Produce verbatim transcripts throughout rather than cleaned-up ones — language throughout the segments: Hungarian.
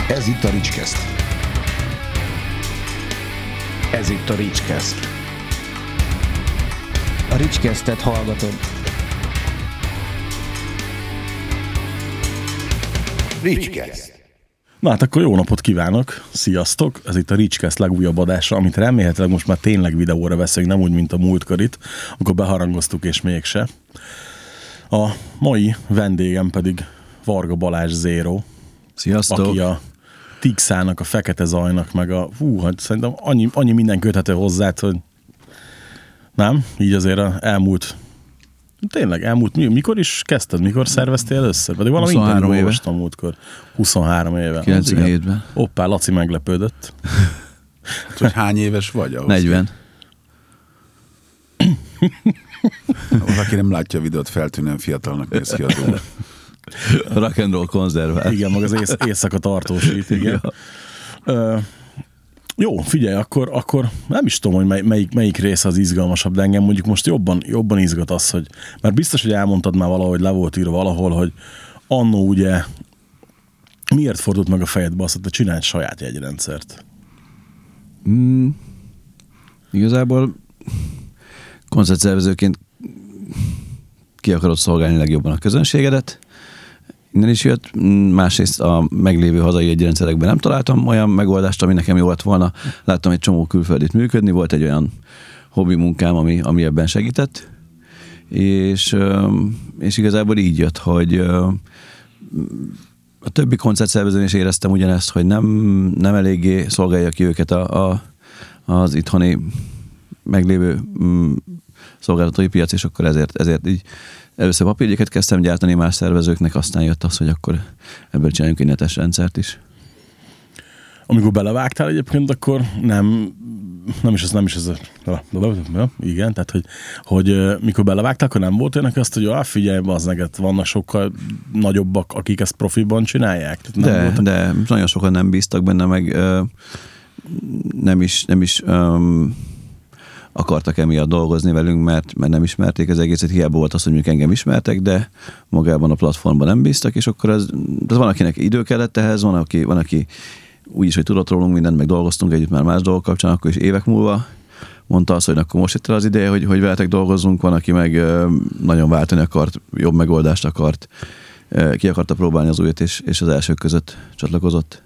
Ez itt a Ricskeszt. Ez itt a Ricskeszt. A Ricskesztet hallgatod. Ricskeszt. Na hát akkor jó napot kívánok, sziasztok! Ez itt a Ricskeszt legújabb adása, amit remélhetőleg most már tényleg videóra veszünk, nem úgy, mint a múltkorit, akkor beharangoztuk és mégse. A mai vendégem pedig Varga Balázs Zero. Sziasztok! Aki a Tixának, a Fekete Zajnak, meg a hú, hát szerintem annyi, annyi minden köthető hozzá, hogy nem? Így azért a elmúlt Tényleg, elmúlt, mikor is kezdted? Mikor szerveztél először? Pedig valami interjúban olvastam múltkor. huszonhárom éve. kilencvenhétben. Hoppá, Laci meglepődött. Hát, hogy hány éves vagy ahhoz? negyven. Valaki nem látja a videót, feltűnően fiatalnak néz ki a dolog. Rock and roll konzervál. Igen, meg az ész, éjszaka tartósít, igen. Ja. Ö, jó, figyelj, akkor, akkor nem is tudom, hogy mely, melyik, melyik része az izgalmasabb, de engem mondjuk most jobban, jobban izgat az, hogy mert biztos, hogy elmondtad már valahogy, le volt írva valahol, hogy annó ugye miért fordult meg a fejedbe azt, hogy te csinálj saját jegyrendszert? Mm, igazából koncertszervezőként ki akarod szolgálni legjobban a közönségedet. Innen is jött, másrészt a meglévő hazai jegyrendszerekben nem találtam olyan megoldást, ami nekem jó lett volna. Láttam egy csomó külföldit működni, volt egy olyan hobbi munkám, ami, ami ebben segített, és, és igazából így jött, hogy a többi koncertszervezőn is éreztem ugyanezt, hogy nem, nem eléggé szolgálja ki őket a, a, az itthoni meglévő szolgáltatói piac, és akkor ezért, ezért így először papírjegyeket kezdtem gyártani más szervezőknek, aztán jött az, hogy akkor ebből csináljunk egy netes rendszert is. Amikor belevágtál egyébként, akkor nem, nem is ez, nem is ez, igen, tehát hogy, hogy mikor belevágtál, akkor nem volt ennek azt, hogy ah, figyelj, az neget, vannak sokkal nagyobbak, akik ezt profiban csinálják? Nem de, volt... de nagyon sokan nem bíztak benne, meg ö, nem is, nem is öm, akartak emiatt dolgozni velünk, mert, mert nem ismerték az egészet, hiába volt az, hogy mondjuk engem ismertek, de magában a platformban nem bíztak, és akkor ez, ez van, akinek idő kellett ehhez, van, aki, van, aki úgy is, hogy tudott rólunk mindent, meg dolgoztunk együtt már más dolgok kapcsán, akkor is évek múlva mondta azt, hogy akkor most itt el az ideje, hogy, hogy veletek dolgozzunk, van, aki meg nagyon váltani akart, jobb megoldást akart, ki akarta próbálni az újat, és, és az elsők között csatlakozott.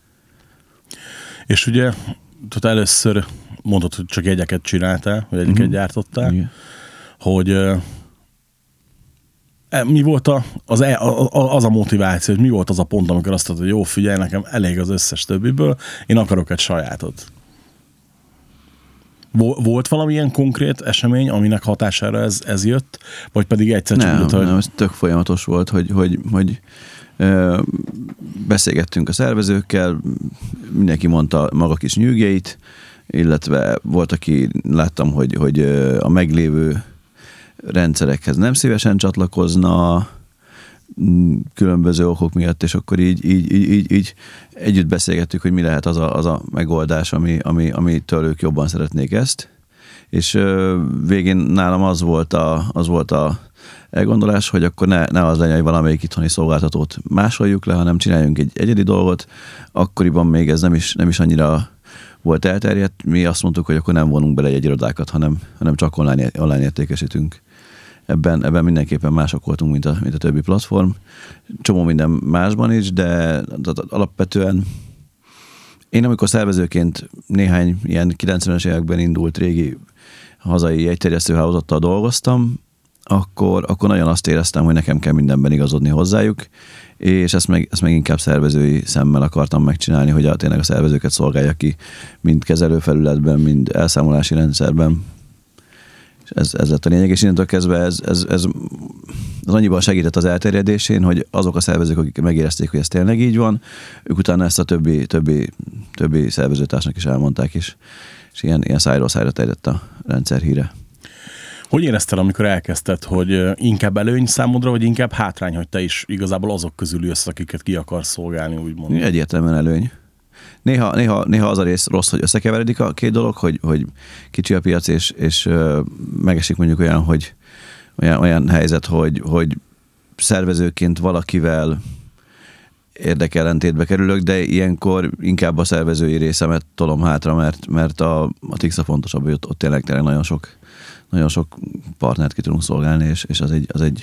És ugye tehát először mondtad, hogy csak jegyeket csináltál, vagy egyeket uh-huh. gyártottál, igen. Hogy e, mi volt a, az, e, a, az a motiváció, hogy mi volt az a pont, amikor azt mondtad, hogy jó, figyelj, nekem elég az összes többiből, én akarok egy sajátot. Volt valamilyen konkrét esemény, aminek hatására ez, ez jött, vagy pedig egyszer csak... Nem, jött, hogy... nem, ez tök folyamatos volt, hogy, hogy, hogy ö, beszélgettünk a szervezőkkel, mindenki mondta maga kis nyűgjeit, illetve volt, aki láttam, hogy, hogy a meglévő rendszerekhez nem szívesen csatlakozna különböző okok miatt, és akkor így, így, így, így, így együtt beszélgettük, hogy mi lehet az a, az a megoldás, ami, ami, amitől ők jobban szeretnék ezt. És végén nálam az volt a, az volt a elgondolás, hogy akkor ne, ne az legyen, hogy valamelyik itthoni szolgáltatót másoljuk le, hanem csináljunk egy egyedi dolgot. Akkoriban még ez nem is, nem is annyira volt elterjedt. Mi azt mondtuk, hogy akkor nem vonunk bele egy irodákat, hanem, hanem csak online, online értékesítünk. Ebben, ebben mindenképpen mások voltunk, mint a, mint a többi platform. Csomó minden másban is, de alapvetően én amikor szervezőként néhány ilyen kilencvenes években indult régi hazai jegyterjesztő hálózattal dolgoztam, akkor, akkor nagyon azt éreztem, hogy nekem kell mindenben igazodni hozzájuk, és ezt meg, ezt meg inkább szervezői szemmel akartam megcsinálni, hogy a, tényleg a szervezőket szolgálja ki, mind kezelőfelületben, mind elszámolási rendszerben. És ez, ez lett a lényeg, és innentől kezdve ez, ez, ez, ez annyiban segített az elterjedésén, hogy azok a szervezők, akik megérezték, hogy ez tényleg így van, ők utána ezt a többi, többi, többi szervezőtársnak is elmondták, és, és ilyen, ilyen szájról szájra terjedt a rendszer híre. Hogy érezted, amikor elkezdted, hogy inkább előny számodra, vagy inkább hátrány, hogy te is igazából azok közül jössz, akiket ki akarsz szolgálni, úgymond? Egyértelműen előny. Néha, néha, néha az a rész rossz, hogy összekeveredik a két dolog, hogy, hogy kicsi a piac, és, és uh, megesik mondjuk olyan, hogy olyan, olyan helyzet, hogy, hogy szervezőként valakivel érdekellentétbe kerülök, de ilyenkor inkább a szervezői részemet tolom hátra, mert, mert a, a Tixa fontosabb, hogy ott, ott tényleg, tényleg nagyon sok, nagyon sok partnert ki tudunk szolgálni, és, és az egy, az egy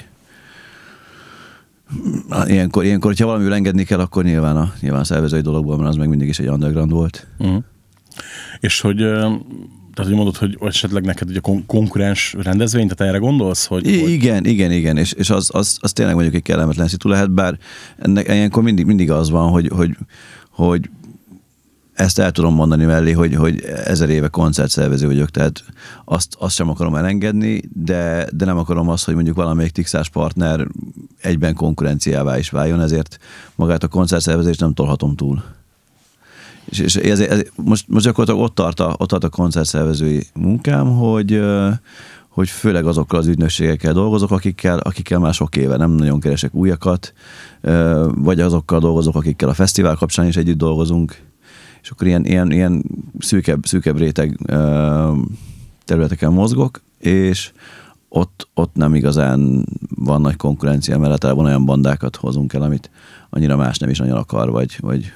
ilyenkor, ilyenkor, hogyha valamivel engedni kell, akkor nyilván a, nyilván a szervezői dologból, mert az meg mindig is egy underground volt. Uh-huh. És hogy, tehát hogy mondod, hogy esetleg neked ugye a konkurens rendezvény, tehát erre gondolsz? Hogy, I- hogy... Igen, igen, igen, és, és az, az, az tényleg mondjuk egy kellemetlen szitu lehet, bár ennek ilyenkor mindig, mindig az van, hogy, hogy, hogy ezt el tudom mondani mellé, hogy, hogy ezer éve koncertszervező vagyok, tehát azt, azt sem akarom elengedni, de, de nem akarom azt, hogy mondjuk valamelyik Tixás partner egyben konkurenciává is váljon, ezért magát a koncertszervezést nem tolhatom túl. És, és ez, ez, most, most gyakorlatilag ott tart, a, ott tart a koncertszervezői munkám, hogy, hogy főleg azokkal az ügynökségekkel dolgozok, akikkel, akikkel már sok éve nem nagyon keresek újakat, vagy azokkal dolgozok, akikkel a fesztivál kapcsán is együtt dolgozunk, és akkor ilyen, ilyen, ilyen szűkebb, szűkebb réteg területeken mozgok, és ott, ott nem igazán van nagy konkurencia, mert általában olyan bandákat hozunk el, amit annyira más nem is nagyon akar, vagy, vagy,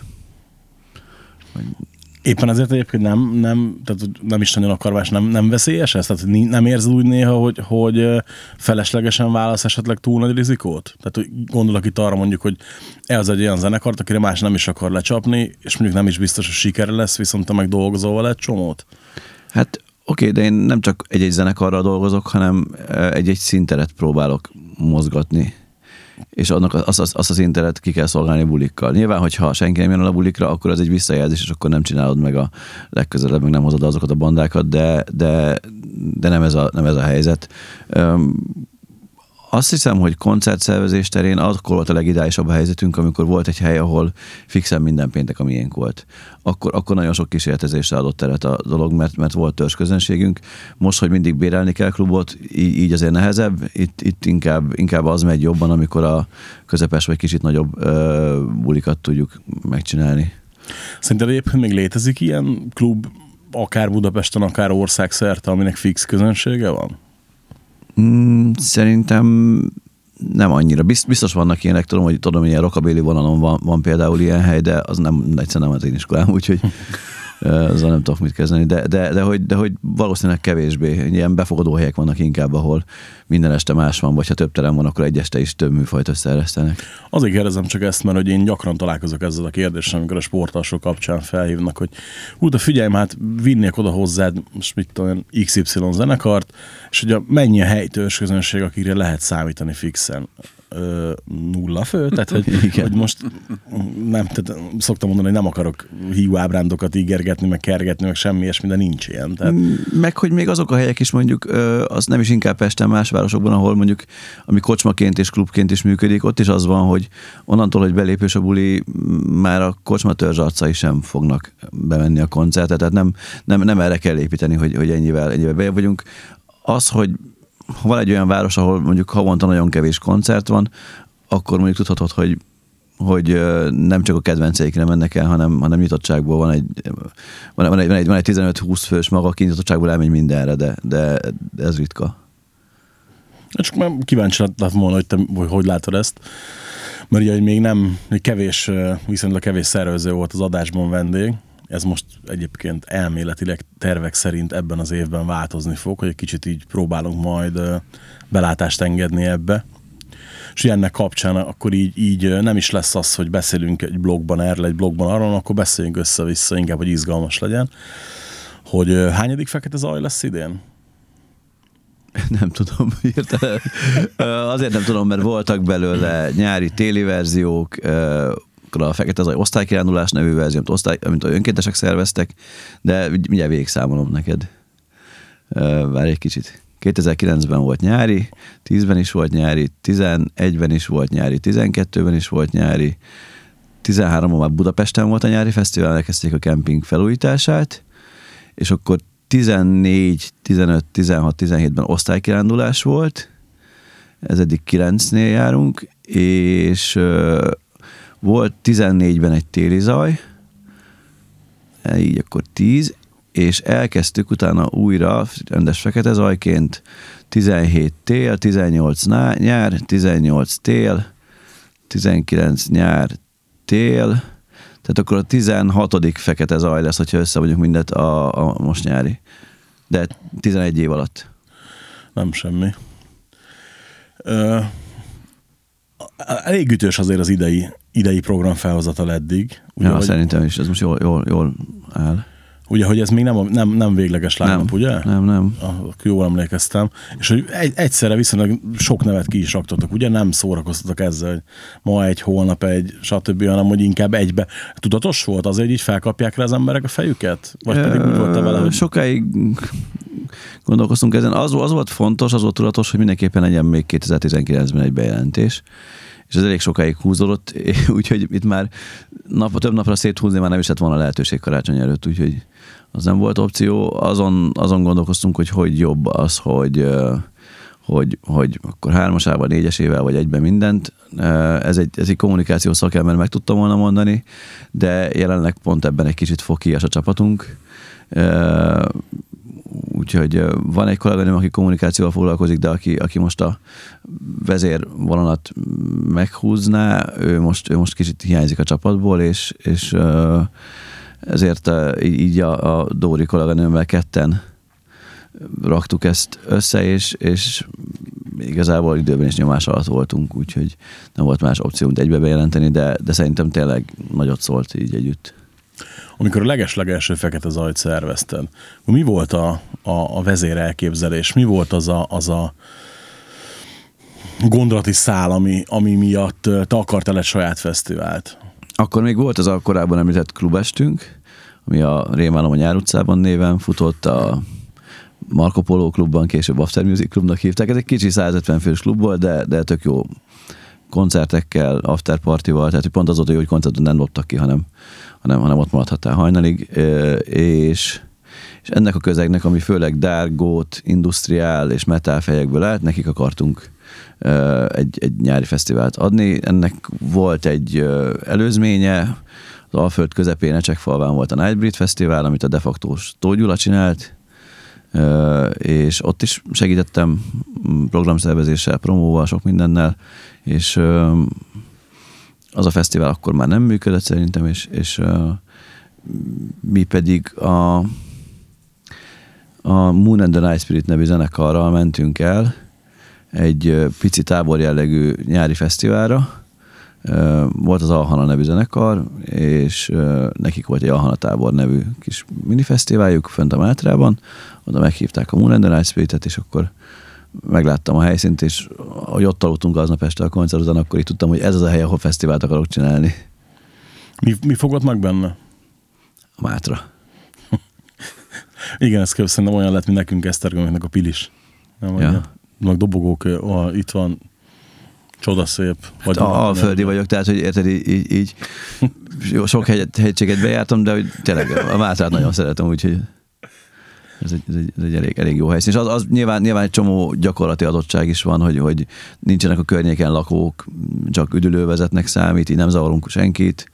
vagy... Éppen ezért egyébként nem, nem, tehát nem is nagyon akarvás, nem, nem veszélyes ez? Tehát nem érzed úgy néha, hogy, hogy feleslegesen válasz esetleg túl nagy rizikót? Tehát gondolok itt arra mondjuk, hogy ez egy olyan zenekart, akire más nem is akar lecsapni, és mondjuk nem is biztos, hogy sikere lesz, viszont te meg dolgozol vele egy csomót? Hát oké, okay, de én nem csak egy-egy zenekarral dolgozok, hanem egy-egy színteret próbálok mozgatni. És annak azt az, az, az színteret ki kell szolgálni bulikkal. Nyilván, hogyha senki nem jön a bulikra, akkor ez egy visszajelzés, és akkor nem csinálod meg a legközelebb, meg nem hozod azokat a bandákat, de, de, de nem, ez a, nem ez a helyzet. Öm, azt hiszem, hogy koncertszervezés terén akkor volt a legideálisabb a helyzetünk, amikor volt egy hely, ahol fixen minden péntek a miénk volt. Akkor, akkor nagyon sok kísérletezésre adott teret a dolog, mert, mert volt törzsközönségünk. Most, hogy mindig bérelni kell klubot, így, így azért nehezebb. Itt, itt inkább, inkább az megy jobban, amikor a közepes vagy kicsit nagyobb ö, bulikat tudjuk megcsinálni. Szerinted egyébként még létezik ilyen klub, akár Budapesten, akár országszerte, aminek fix közönsége van? Mm, szerintem nem annyira. Biztos vannak ilyenek, tudom, hogy tudom, hogy ilyen rockabilly vonalon van, van például ilyen hely, de az nem egyszerűen nem az én iskolám, úgyhogy azzal nem tudok mit kezdeni, de, de, de, hogy, de hogy valószínűleg kevésbé. Ilyen befogadó helyek vannak inkább, ahol minden este más van, vagy ha több terem van, akkor egy este is több műfajt összeeresztenek. Azért kérdezem csak ezt, mert hogy én gyakran találkozok ezzel a kérdéssel, amikor a sportalsok kapcsán felhívnak, hogy hú, de figyelj, hát vinnék oda hozzád, most mit tudom, iksz ipszilon zenekart, és hogy a, mennyi a helytörzs közönség, akire lehet számítani fixen. Ö, nulla fő, tehát hogy, hogy most nem, tehát szoktam mondani, hogy nem akarok hígó ábrándokat ígergetni, meg kergetni, meg semmi ilyesmi, de nincs ilyen. Tehát... Meg, hogy még azok a helyek is mondjuk, az nem is inkább Pesten, más városokban, ahol mondjuk, ami kocsmaként és klubként is működik, ott is az van, hogy onnantól, hogy belépős a buli, már a kocsma törzs arcai sem fognak bemenni a koncertet, tehát nem, nem, nem erre kell építeni, hogy, hogy ennyivel, ennyivel bejebb vagyunk. Az, hogy ha van egy olyan város, ahol mondjuk havonta nagyon kevés koncert van, akkor mondjuk tudhatod, hogy, hogy nem csak a kedvenceikre mennek el, hanem, hanem nyitottságból van egy, van, van egy, van egy, van egy tizenöt-húsz fős maga, aki nyitottságból elmegy mindenre, de, de ez ritka. Csak már kíváncsi lett volna, hogy te hogy, hogy látod ezt. Mert ugye még nem, még kevés, viszonylag kevés szervező volt az adásban vendég. Ez most egyébként elméletileg tervek szerint ebben az évben változni fog, hogy egy kicsit így próbálunk majd belátást engedni ebbe. És ennek kapcsán akkor így, így nem is lesz az, hogy beszélünk egy blogban erről, egy blogban arról, akkor beszéljünk össze-vissza, inkább, hogy izgalmas legyen. Hogy hányadik Fekete Zaj lesz idén? Nem tudom, hirtelen. Azért nem tudom, mert voltak belőle nyári, téli verziók, a Fekete Zaj osztálykirándulás nevű verzió, amit, osztály, amit önkéntesek szerveztek, de mindjárt végigszámolom neked. Várj egy kicsit. kétezer-kilencben volt nyári, tízben is volt nyári, tizenegyben is volt nyári, tizenkettőben is volt nyári, tizenháromban már Budapesten volt a nyári fesztivál, elkezdték a kemping felújítását, és akkor tizennégy, tizenöt, tizenhat, tizenhétben osztálykirándulás volt, ez eddig kilencnél járunk, és volt tizennégyben egy téli zaj, így akkor tíz, és elkezdtük utána újra rendes Fekete Zajként tizenhét tél, tizennyolc nyár, tizennyolc tél, tizenkilenc nyár, tél, tehát akkor a tizenhatodik Fekete Zaj lesz, hogyha összevonjuk mindet a, a most nyári. De tizenegy év alatt. Nem semmi. Ö, elég ütős azért az idei, idei program felhozatal eddig. Ugye, Ja, hogy, szerintem is, ez most jól, jól, jól áll. ugye, hogy ez még nem, a- nem, nem végleges line-up, ugye? Nem, nem. Ah, jól emlékeztem. És hogy egy, egyszerre viszonylag sok nevet ki is raktatok, ugye? Nem szórakoztatok ezzel, hogy ma egy, holnap egy, stb., hanem hogy inkább egybe. Tudatos volt azért, hogy így felkapják rá az emberek a fejüket? Vagy pedig úgy volt vele, hogy... Sokáig gondolkoztunk ezen. Az, az volt fontos, az volt tudatos, hogy mindenképpen legyen még kétezer-tizenkilencben egy bejelentés. És ez elég sokáig húzódott, úgyhogy itt már nap, több napra széthúzni már nem is lett volna lehetőség karácsony előtt, úgyhogy az nem volt opció. Azon, azon gondolkoztunk, hogy hogy jobb az, hogy, hogy, hogy akkor hármasával, négyesével vagy egyben mindent. Ez egy, ez egy kommunikációs szakember, meg tudtam volna mondani, de jelenleg pont ebben egy kicsit fokhíjas a csapatunk. Úgyhogy van egy kolléganőm, aki kommunikációval foglalkozik, de aki, aki most a vezérvonalat meghúzná, ő most, ő most kicsit hiányzik a csapatból, és, és ezért így a, a Dóri kolléganőmmel ketten raktuk ezt össze, és, és igazából időben is nyomás alatt voltunk, úgyhogy nem volt más opciónk egybe bejelenteni, de, de szerintem tényleg nagyot szólt így együtt. Amikor a leges-legelső Fekete Zajt szervezted, mi volt a, a, a vezér elképzelés? Mi volt az a, az a gondolati szál, ami, ami miatt te akartál egy saját fesztivált? Akkor még volt az a korábban említett klubestünk, ami a Rémálom a Nyár utcában néven futott, a Marco Polo klubban, később After Music klubnak hívták. Ez egy kicsi százötven fős klub volt, de, de tök jó koncertekkel, afterpartival, tehát pont az volt, hogy koncerten nem loptak ki, hanem, hanem, hanem ott maradhattál hajnalig, és, és ennek a közegnek, ami főleg dárgót, industriál és metal fejekből állt, nekik akartunk egy, egy nyári fesztivált adni. Ennek volt egy előzménye, az Alföld közepén Ecsekfalván volt a Nightbreed Fesztivál, amit a de facto-s Tóth Gyula csinált, és ott is segítettem programszervezéssel, promóval, sok mindennel, és az a fesztivál akkor már nem működött szerintem, és, és mi pedig a, a Moon and the Night Spirit nevű zenekarral mentünk el egy pici tábor jellegű nyári fesztiválra. Volt az Alhana nevű zenekar, és nekik volt egy Alhana tábor nevű kis minifesztiváljuk fönt a Mátrában, oda meghívták a Moon and the Night Spirit-et, és akkor megláttam a helyszínt, és ahogy ott aludtunk aznap este a koncert után, akkor így tudtam, hogy ez az a hely, ahol fesztivált akarok csinálni. Mi, mi fogott meg benne? A Mátra. Igen, ez szerintem olyan lett, mint nekünk Esztergomiknak a Pilis. Nem, Ja. Meg dobogók, ó, itt van, csodaszép. Hát alföldi vagyok, tehát, hogy érted, így, így, így jó, sok hegy, hegységet bejártam, de hogy tényleg a Mátrát nagyon szeretem, úgyhogy ez egy, ez egy, ez egy elég, elég jó helyszín. És az, az nyilván, nyilván egy csomó gyakorlati adottság is van, hogy, hogy nincsenek a környéken lakók, csak üdülővezetnek számít, így nem zavarunk senkit.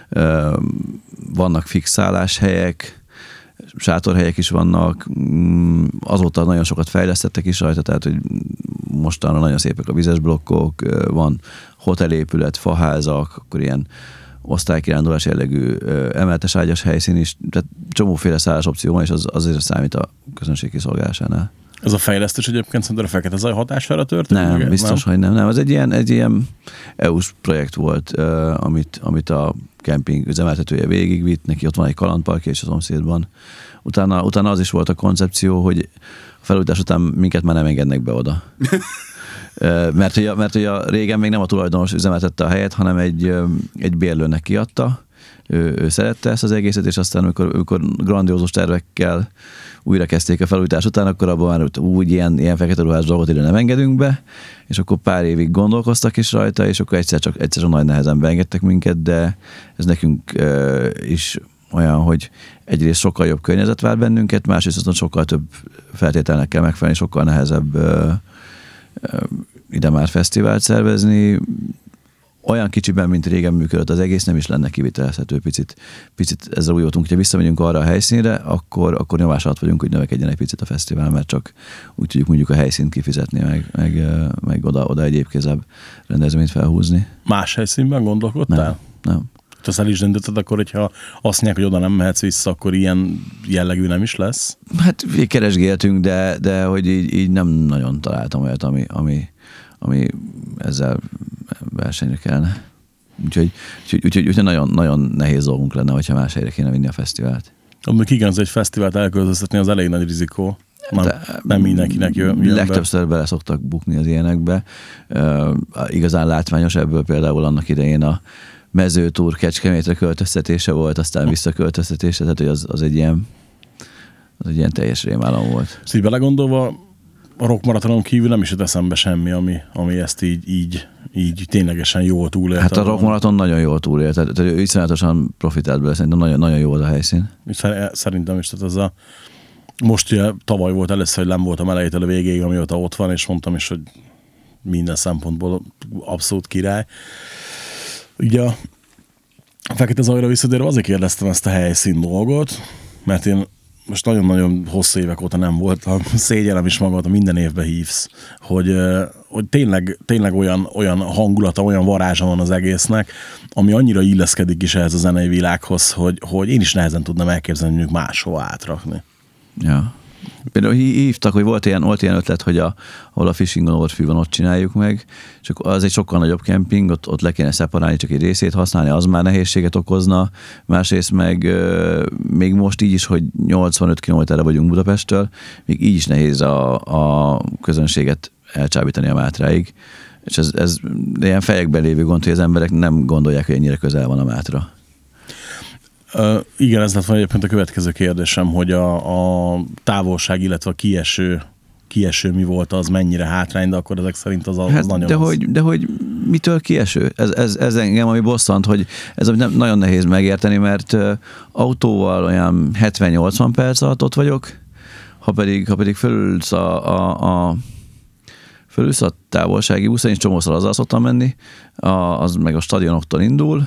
Vannak fix szálláshelyek, sátorhelyek is vannak, azóta nagyon sokat fejlesztettek is rajta, tehát hogy mostanra nagyon szépek a vizes blokkok, van hotelépület, faházak, akkor ilyen osztálykirándulás jellegű emeletes ágyas helyszín is, tehát csomóféle szállás opció van, és az azért számít a közönség kiszolgálásánál. Ez a fejlesztés egyébként szerintem a Fekete Zaj hatásfára történt? Nem, meg? biztos, nem? hogy nem. nem. Ez egy ilyen, egy ilyen é u-s projekt volt, uh, amit, amit a kemping üzemeltetője végigvitt, neki ott van egy kalandparkja és a szomszédban. Utána, utána az is volt a koncepció, hogy a felújítás után minket már nem engednek be oda. uh, mert, hogy a, mert hogy a régen még nem a tulajdonos üzemeltette a helyet, hanem egy, egy bérlőnek kiadta. Ő, ő szerette ezt az egészet, és aztán amikor, amikor grandiózus tervekkel újra kezdték a felújítás után, akkor abban már úgy ilyen, ilyen fekete ruhás dolgot ide nem engedünk be, és akkor pár évig gondolkoztak is rajta, és akkor egyszer csak, egyszer csak nagy nehezen beengedtek minket, de ez nekünk uh, is olyan, hogy egyrészt sokkal jobb környezet vár bennünket, másrészt aztán sokkal több feltételnek kell megfelelni, sokkal nehezebb uh, uh, ide már fesztivált szervezni. Olyan kicsiben, mint régen működött az egész, nem is lenne kivitelezhető picit. Picit ezzel úgy voltunk, hogyha visszamegyünk arra a helyszínre, akkor, akkor nyomás alatt vagyunk, hogy növekedjen egy picit a fesztivál, mert csak úgy tudjuk mondjuk a helyszínt kifizetni, meg, meg, meg oda, oda egyéb kézebb rendezvényt felhúzni. Más helyszínben gondolkodtál? Nem, nem. Te el is döntötted, akkor, hogyha azt mondják, hogy oda nem mehetsz vissza, akkor ilyen jellegű nem is lesz? Hát keresgéltünk, de, de hogy így, így nem nagyon találtam olyat, ami, ami, ami ezzel versenyre kellene. Úgyhogy, úgyhogy, úgyhogy, úgyhogy nagyon, nagyon nehéz dolgunk lenne, hogyha más helyre kéne vinni a fesztivált. Amíg igen, az egy fesztivált elköltöztetni, az elég nagy rizikó. Nem, nem mindenkinek jön, jön legtöbbször bele szoktak bukni az ilyenekbe. Uh, igazán látványos ebből például annak idején a mezőtúr Kecskemétre költöztetése volt, aztán visszaköltöztetése, tehát hogy az, az egy ilyen az egy ilyen teljes rémálom volt. Ezt így belegondolva, a rockmaratonon kívül nem is jut eszembe semmi, ami, ami ezt így, így, így ténylegesen jól túlélte. Hát a rockmaraton nagyon jól túlélte, tehát iszonyatosan profitált belőle, szerintem nagyon, nagyon jó az a helyszín. Szerintem is, tehát az a most ugye tavaly volt először, hogy nem voltam elejétől a végéig, amióta ott van, és mondtam is, hogy minden szempontból abszolút király. Ugye a Fekete Zajra visszatérve azért kérdeztem ezt a helyszín dolgot, mert én most nagyon-nagyon hosszú évek óta nem voltam, szégyellem is magamat, minden évben hívsz, hogy, hogy tényleg, tényleg olyan, olyan hangulata, olyan varázsa van az egésznek, ami annyira illeszkedik is ehhez a zenei világhoz, hogy, hogy én is nehezen tudnám elképzelni, hogy máshova átrakni. Ja. Például hívtak, hogy volt ilyen, volt ilyen ötlet, hogy a, ahol a Fishing on Overfű van, ott csináljuk meg, csak az egy sokkal nagyobb kemping, ott, ott le kéne szeparálni, csak egy részét használni, az már nehézséget okozna, másrészt meg euh, még most így is, hogy nyolcvanöt kilométerre vagyunk Budapesttől, még így is nehéz a, a közönséget elcsábítani a Mátráig, és ez, ez ilyen fejekben lévő gond, hogy az emberek nem gondolják, hogy ennyire közel van a Mátra. Uh, igen, ez lett van egyébként a következő kérdésem, hogy a, a távolság, illetve a kieső, kieső mi volt, az mennyire hátrány, de akkor ezek szerint az, az hát nagyon... De az... hogy, de hogy mitől kieső? Ez, ez, ez engem ami bosszant, hogy ez nem, nagyon nehéz megérteni, mert uh, autóval olyan hetven-nyolcvan perc alatt ott vagyok, ha pedig, ha pedig fölülsz a, a, a fölülsz a távolsági buszon, és csomószor azzal szoktam menni, a, az meg a stadionoktól indul,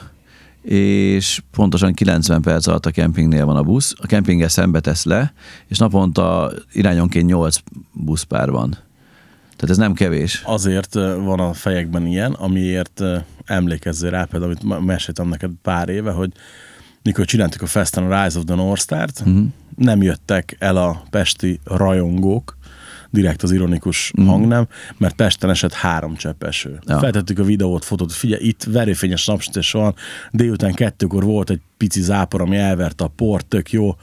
és pontosan kilencven perc alatt a kempingnél van a busz, a kempinggel szembe tesz le, és naponta irányonként nyolc buszpár van. Tehát ez nem kevés. Azért van a fejekben ilyen, amiért emlékezzél rá, például, amit meséltem neked pár éve, hogy mikor csináltuk a Festen a Rise of the North Star-t, uh-huh. nem jöttek el a pesti rajongók, direkt az ironikus mm. hangnem, mert Pesten esett három csepp eső. Ja. Feltettük a videót, fotót, figyelj, itt verőfényes napsütés van, délután kettőkor volt egy pici zápor, ami elverte a port, tök jó,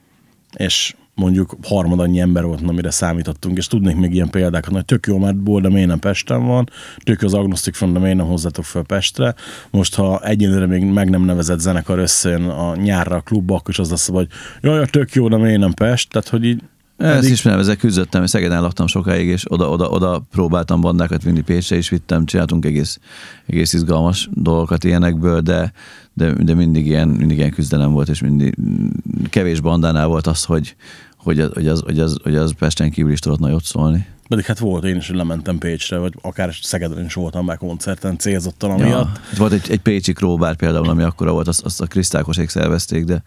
és mondjuk harmad annyi ember volt, amire számítottunk, és tudnék még ilyen példákat, hogy tök jó, mert Ból, de miért nem Pesten van, tök jó az Agnostic Front, de miért nem hozzátok fel Pestre. Most, ha egyenlőre még meg nem nevezett zenekar összejön a nyárra a klubba, akkor is az lesz, hogy jaj, tök jó, de miért nem Pest, tehát hogy így Ezt eddig... ismerem, ezzel küzdöttem, Szegeden laktam sokáig, és oda, oda, oda próbáltam bandákat vinni, Pécsre is vittem, csináltunk egész, egész izgalmas dolgokat ilyenekből, de, de, de mindig, ilyen, mindig ilyen küzdelem volt, és mindig kevés bandánál volt az, hogy, hogy, az, hogy, az, hogy, az, hogy az Pesten kívül is tudott nagyot szólni. Pedig hát volt, én is lementem Pécsre, vagy akár Szegeden is voltam már koncerten célzottan amiatt. Ja, volt egy, egy pécsi króbár például, ami akkora volt, azt, azt a Krisztálkosék szervezték, de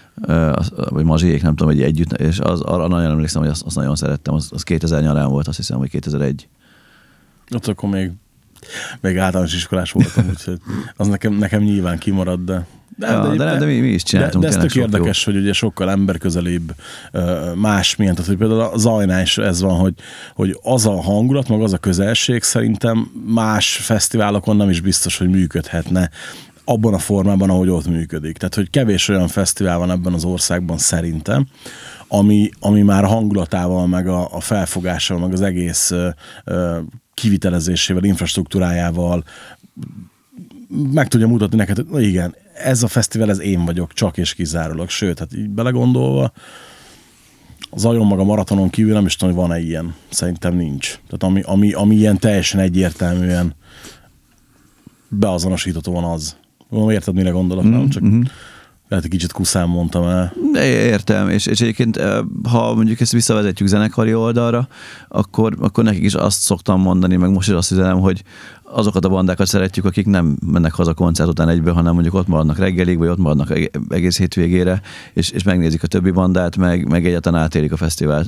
vagy Mazsiék, nem tudom, hogy együtt, és az, arra nagyon emlékszem, hogy azt, azt nagyon szerettem, az, az kétezer nyarán volt, azt hiszem, vagy kétezer-egy. Ott akkor még, még általános iskolás voltam, úgyhogy az nekem, nekem nyilván kimarad, de de, ja, de, de, de mi, mi is csináltunk. De, de ez tök érdekes, jó. Hogy ugye sokkal emberközelibb, másmilyen, tehát hogy például a Zajnál is ez van, hogy, hogy az a hangulat, meg az a közelség szerintem más fesztiválokon nem is biztos, hogy működhetne abban a formában, ahogy ott működik. Tehát, hogy kevés olyan fesztivál van ebben az országban szerintem, ami, ami már a hangulatával, meg a, a felfogásával, meg az egész ö, ö, kivitelezésével, infrastruktúrájával meg tudja mutatni neked, hogy na igen, ez a fesztivál, ez én vagyok, csak és kizárólag. Sőt, hát így belegondolva, az Zajon meg a maratonon kívül nem is tudom, hogy van-e ilyen. Szerintem nincs. Tehát ami, ami, ami ilyen teljesen egyértelműen beazonosítható van az. Érted, mire gondolok, mm-hmm. nem? Csak lehet, hogy kicsit kuszán mondtam el. De értem, és, és egyébként ha mondjuk ezt visszavezetjük zenekari oldalra, akkor, akkor nekik is azt szoktam mondani, meg most is azt üzenem, hogy azokat a bandákat szeretjük, akik nem mennek haza koncert után egyből, hanem mondjuk ott maradnak reggelig, vagy ott maradnak egész hétvégére, és, és megnézik a többi bandát, meg, meg egyáltalán átélik a fesztivált.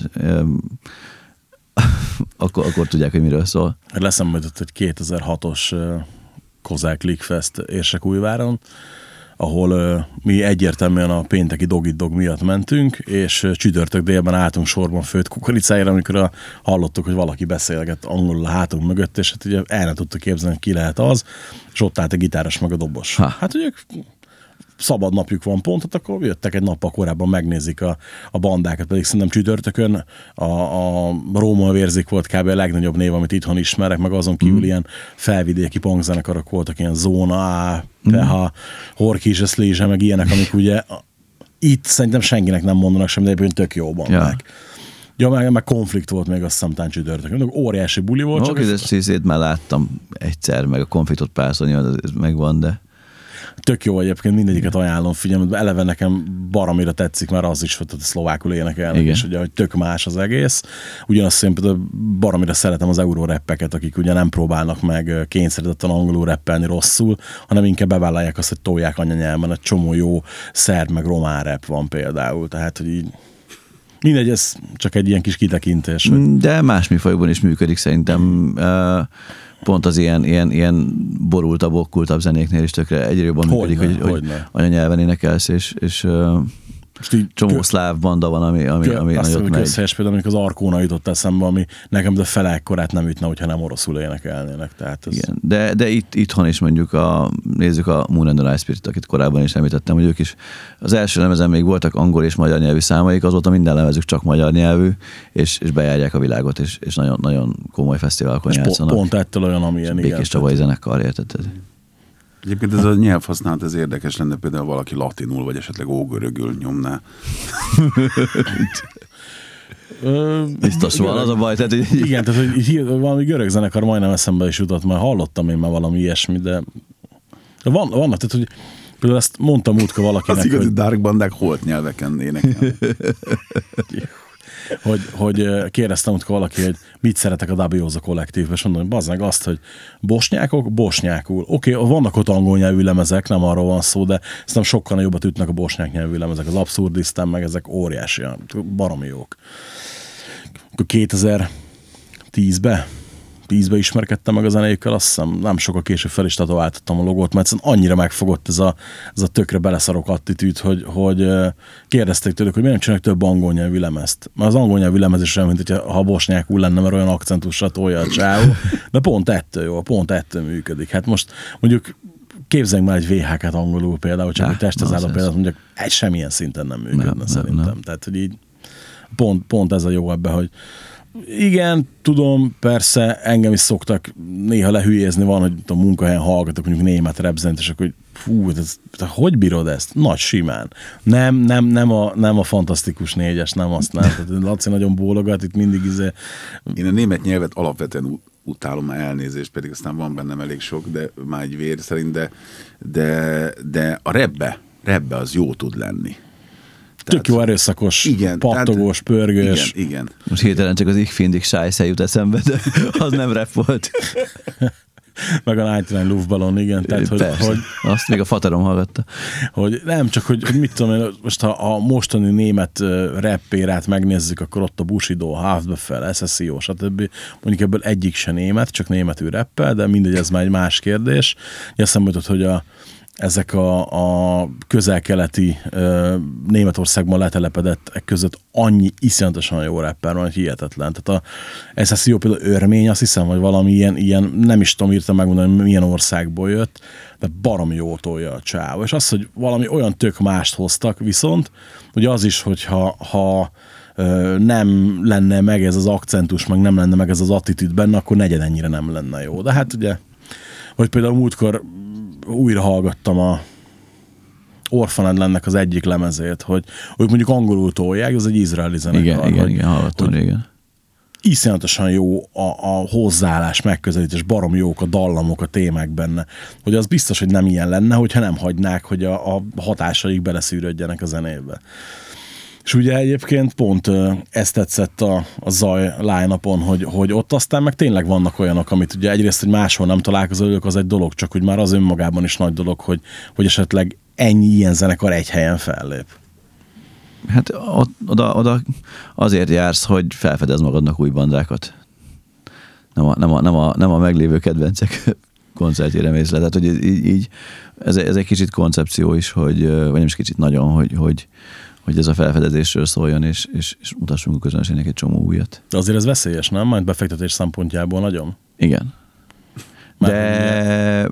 akkor, akkor tudják, hogy miről szól. Leszem majd ott egy kétezer-hatos Kozák Lickfest Érsekújváron, ahol uh, mi egyértelműen a pénteki Dogit Dog miatt mentünk, és uh, csütörtök délben álltunk sorban főtt kukoricájára, amikor a, hallottuk, hogy valaki beszélget angolul a hátunk mögött, és hát ugye el nem tudtuk képzelni, hogy ki lehet az, és ott állt a gitáros meg a dobos. Ha. Hát ugye szabad napjuk van pont, hát akkor jöttek egy nappal korábban, megnézik a, a bandákat, pedig szerintem csütörtökön a, a Róma Vérzik volt kb. A legnagyobb név, amit itthon ismerek, meg azon kívül mm. ilyen felvidéki punkzenekarok voltak, ilyen Zóna A, Peha, mm. Horkise Slízse, meg ilyenek, amik ugye itt szerintem senkinek nem mondanak semmi, de egyébként tök jó bandák. Ja, ja meg, meg konflikt volt még, azt hiszem, csütörtökön. Óriási buli volt. Csak ez szészét már láttam egyszer, meg a konfliktot párszor, nyilván ez megvan, de tök jó egyébként, mindegyiket ajánlom, figyelmet, eleve nekem baromira tetszik, mert az is, hogy szlovákul énekelnek, és ugye, hogy tök más az egész. Ugyanazt én például baromira szeretem az euroreppeket, akik ugye nem próbálnak meg kényszerítetten angolul rappelni rosszul, hanem inkább bevállalják azt, hogy tolják anyanyelven, egy csomó jó szerb meg román rap van például, tehát, hogy így mindegy, ez csak egy ilyen kis kitekintés. Hogy... De más műfajokban is működik szerintem. Pont az ilyen, ilyen, ilyen borultabb, okkultabb zenéknél is tökre egyre jobban működik, hogy, hogy anyanyelven énekelsz, és, és csomó kö... szláv banda van, ami, ami, kö... ami nagyot megy. Közhelyes például, amikor az Arkóna jutott eszembe, ami nekem de fele ekkorát nem ütne, hogyha nem oroszul énekelnének. Tehát ez... Igen, de, de itt, itthon is mondjuk a, nézzük a Moon and the Night Spirit, akit korábban is említettem, hogy ők is az első lemezen még voltak angol és magyar nyelvű számaik, azóta minden lemezük csak magyar nyelvű, és, és bejárják a világot, és, és nagyon, nagyon komoly fesztiválokon és játszanak. Pont ettől olyan, amilyen, igen. Békés Csavai zenekar, érted? Egyébként ez a nyelvhasználat, ez érdekes lenne, például valaki latinul, vagy esetleg ógörögül nyomná. Biztos van, az a baj. Tehát, hogy... Igen, tehát hogy valami görög zenekar majdnem eszembe is jutott, mert hallottam én már valami ilyesmi, de van, vannak, tehát hogy például ezt mondtam múltkor valakinek, az igazi hogy... dark bandák holt nyelveken énekelnek. hogy, hogy kérdeztem múltkor valaki, hogy mit szeretek a Dabioza kollektívben, és mondom, hogy bazd meg azt, hogy bosnyákok, bosnyákul. Oké, okay, vannak ott angol nyelvű lemezek, nem arról van szó, de szerintem sokkal jobbat ütnek a bosnyák nyelvű lemezek, az Abszurdisztán, meg ezek óriási, baromi jók. Akkor kétezer-tízben tízben ismerkedtem meg a zenéjükkel, azt hiszem nem sokkal később fel is tetováltattam a logót, mert annyira megfogott ez a, ez a tökre beleszarok attitűd, hogy, hogy kérdezték tőlük, hogy miért nem csinálnak több angol nyelvű lemezt. Mert az angol nyelvű lemez is olyan, mint hogyha bosnyákul lenne, mert olyan akcentussal tolja a csávó, de pont ettől jó, pont ettől működik. Hát most mondjuk képzeljünk már egy vé há ká-t angolul például, csak hogy testhez áll a példát, mondjuk egy semmilyen szinten nem működne nem, szerintem. Nem, nem. Tehát, hogy így pont, pont ez a jó ebbe, hogy igen, tudom, persze, engem is szoktak néha lehülyézni, van, hogy a munkahelyen hallgatok mondjuk német repzent, és akkor, hogy fú, ez, te hogy bírod ezt? Nagy simán. Nem, nem, nem, a, nem a fantasztikus négyes, nem azt, nem. Tehát Laci nagyon bólogat, itt mindig izé... Én a német nyelvet alapvetően utálom, már elnézést, pedig aztán van bennem elég sok, de már egy vér szerint, de, de, de a rebbe, rebbe az jó tud lenni. Tök jó erőszakos, igen, pattogós, tehát, pörgős. Igen, igen. Most hirtelen csak az Ich finde ich scheiße jut eszembe, de az nem rap volt. Meg a kilencvenkilenc Luftballon, igen. Tehát, hogy, hogy, azt még a fatarom hallgatta. Hogy nem, csak hogy, hogy mit tudom én, most ha a mostani német rappérát megnézzük, akkor ott a Bushido, Haftbefehl, es es i o, stb. Mondjuk ebből egyik se német, csak németül rappel, de mindegy, ez már egy más kérdés. Eszembe jutott, hogy a ezek a, a közel-keleti uh, Németországban letelepedettek között annyi iszonyatosan jó rapper van, hogy hihetetlen. Tehát a es es i o például örmény, azt hiszem, hogy valami ilyen, ilyen nem is tudom írtam megmondani, hogy milyen országból jött, de baromi jól tolja a csáv. És az, hogy valami olyan tök mást hoztak, viszont ugye az is, hogyha ha, uh, nem lenne meg ez az akcentus, meg nem lenne meg ez az attitűd benne, akkor negyed ennyire nem lenne jó. De hát ugye, hogy például múltkor újra hallgattam a Orphanedlennek az egyik lemezét, hogy ők mondjuk angolul tolják, ez egy izraeli zenekar. Igen, igen, igen, hallottam régen. Iszonyatosan jó a, a hozzáállás, megközelítés, barom jók a dallamok, a témák benne. Hogy az biztos, hogy nem ilyen lenne, hogyha nem hagynák, hogy a, a hatásaik beleszűrődjenek a zenébe. És ugye egyébként pont ezt tetszett a, a Zaj line-upon, hogy, hogy ott aztán meg tényleg vannak olyanok, amit ugye egyrészt, hogy máshol nem találkozol, az egy dolog, csak hogy már az önmagában is nagy dolog, hogy, hogy esetleg ennyi ilyen zenekar egy helyen fellép. Hát oda, oda azért jársz, hogy felfedez magadnak új bandákat. Nem a, nem a, nem a, nem a meglévő kedvencek koncertjére mész le. Tehát, hogy így, így ez, ez egy kicsit koncepció is, hogy, vagy nem is kicsit nagyon, hogy, hogy, hogy ez a felfedezésről szóljon, és, és, és mutassunk a közönségnek egy csomó újat. De azért ez veszélyes, nem? Majd befektetés szempontjából nagyon. Igen. Már de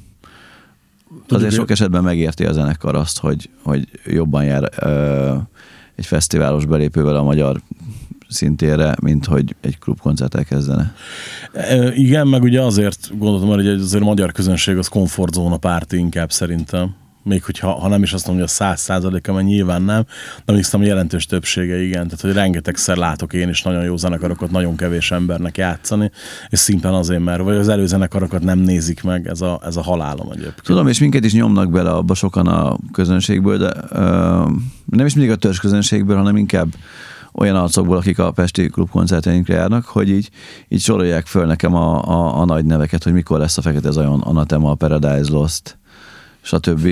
azért sok esetben megérti a zenekar azt, hogy, hogy jobban jár ö, egy fesztiválos belépővel a magyar szintére, mint hogy egy klubkoncerttel kezdene. E, igen, meg ugye azért gondoltam, hogy azért a magyar közönség az komfortzóna párti inkább szerintem. Még hogyha ha nem is azt mondom, hogy a száz százaléka, mert nyilván nem, de még a jelentős többsége igen. Tehát, hogy rengetegszer látok én is nagyon jó zenekarokat nagyon kevés embernek játszani, és szimplán azért, mert vagy az előzenekarokat nem nézik meg, ez a, ez a halálom egyébként. Tudom, és minket is nyomnak bele abba sokan a közönségből, de uh, nem is mindig a törzs közönségből, hanem inkább olyan arcokból, akik a pesti klubkoncertjeinkre járnak, hogy így, így sorolják föl nekem a, a, a nagy neveket, hogy mikor lesz a Fekete Zajon, Anathema, Paradise Lost, stb.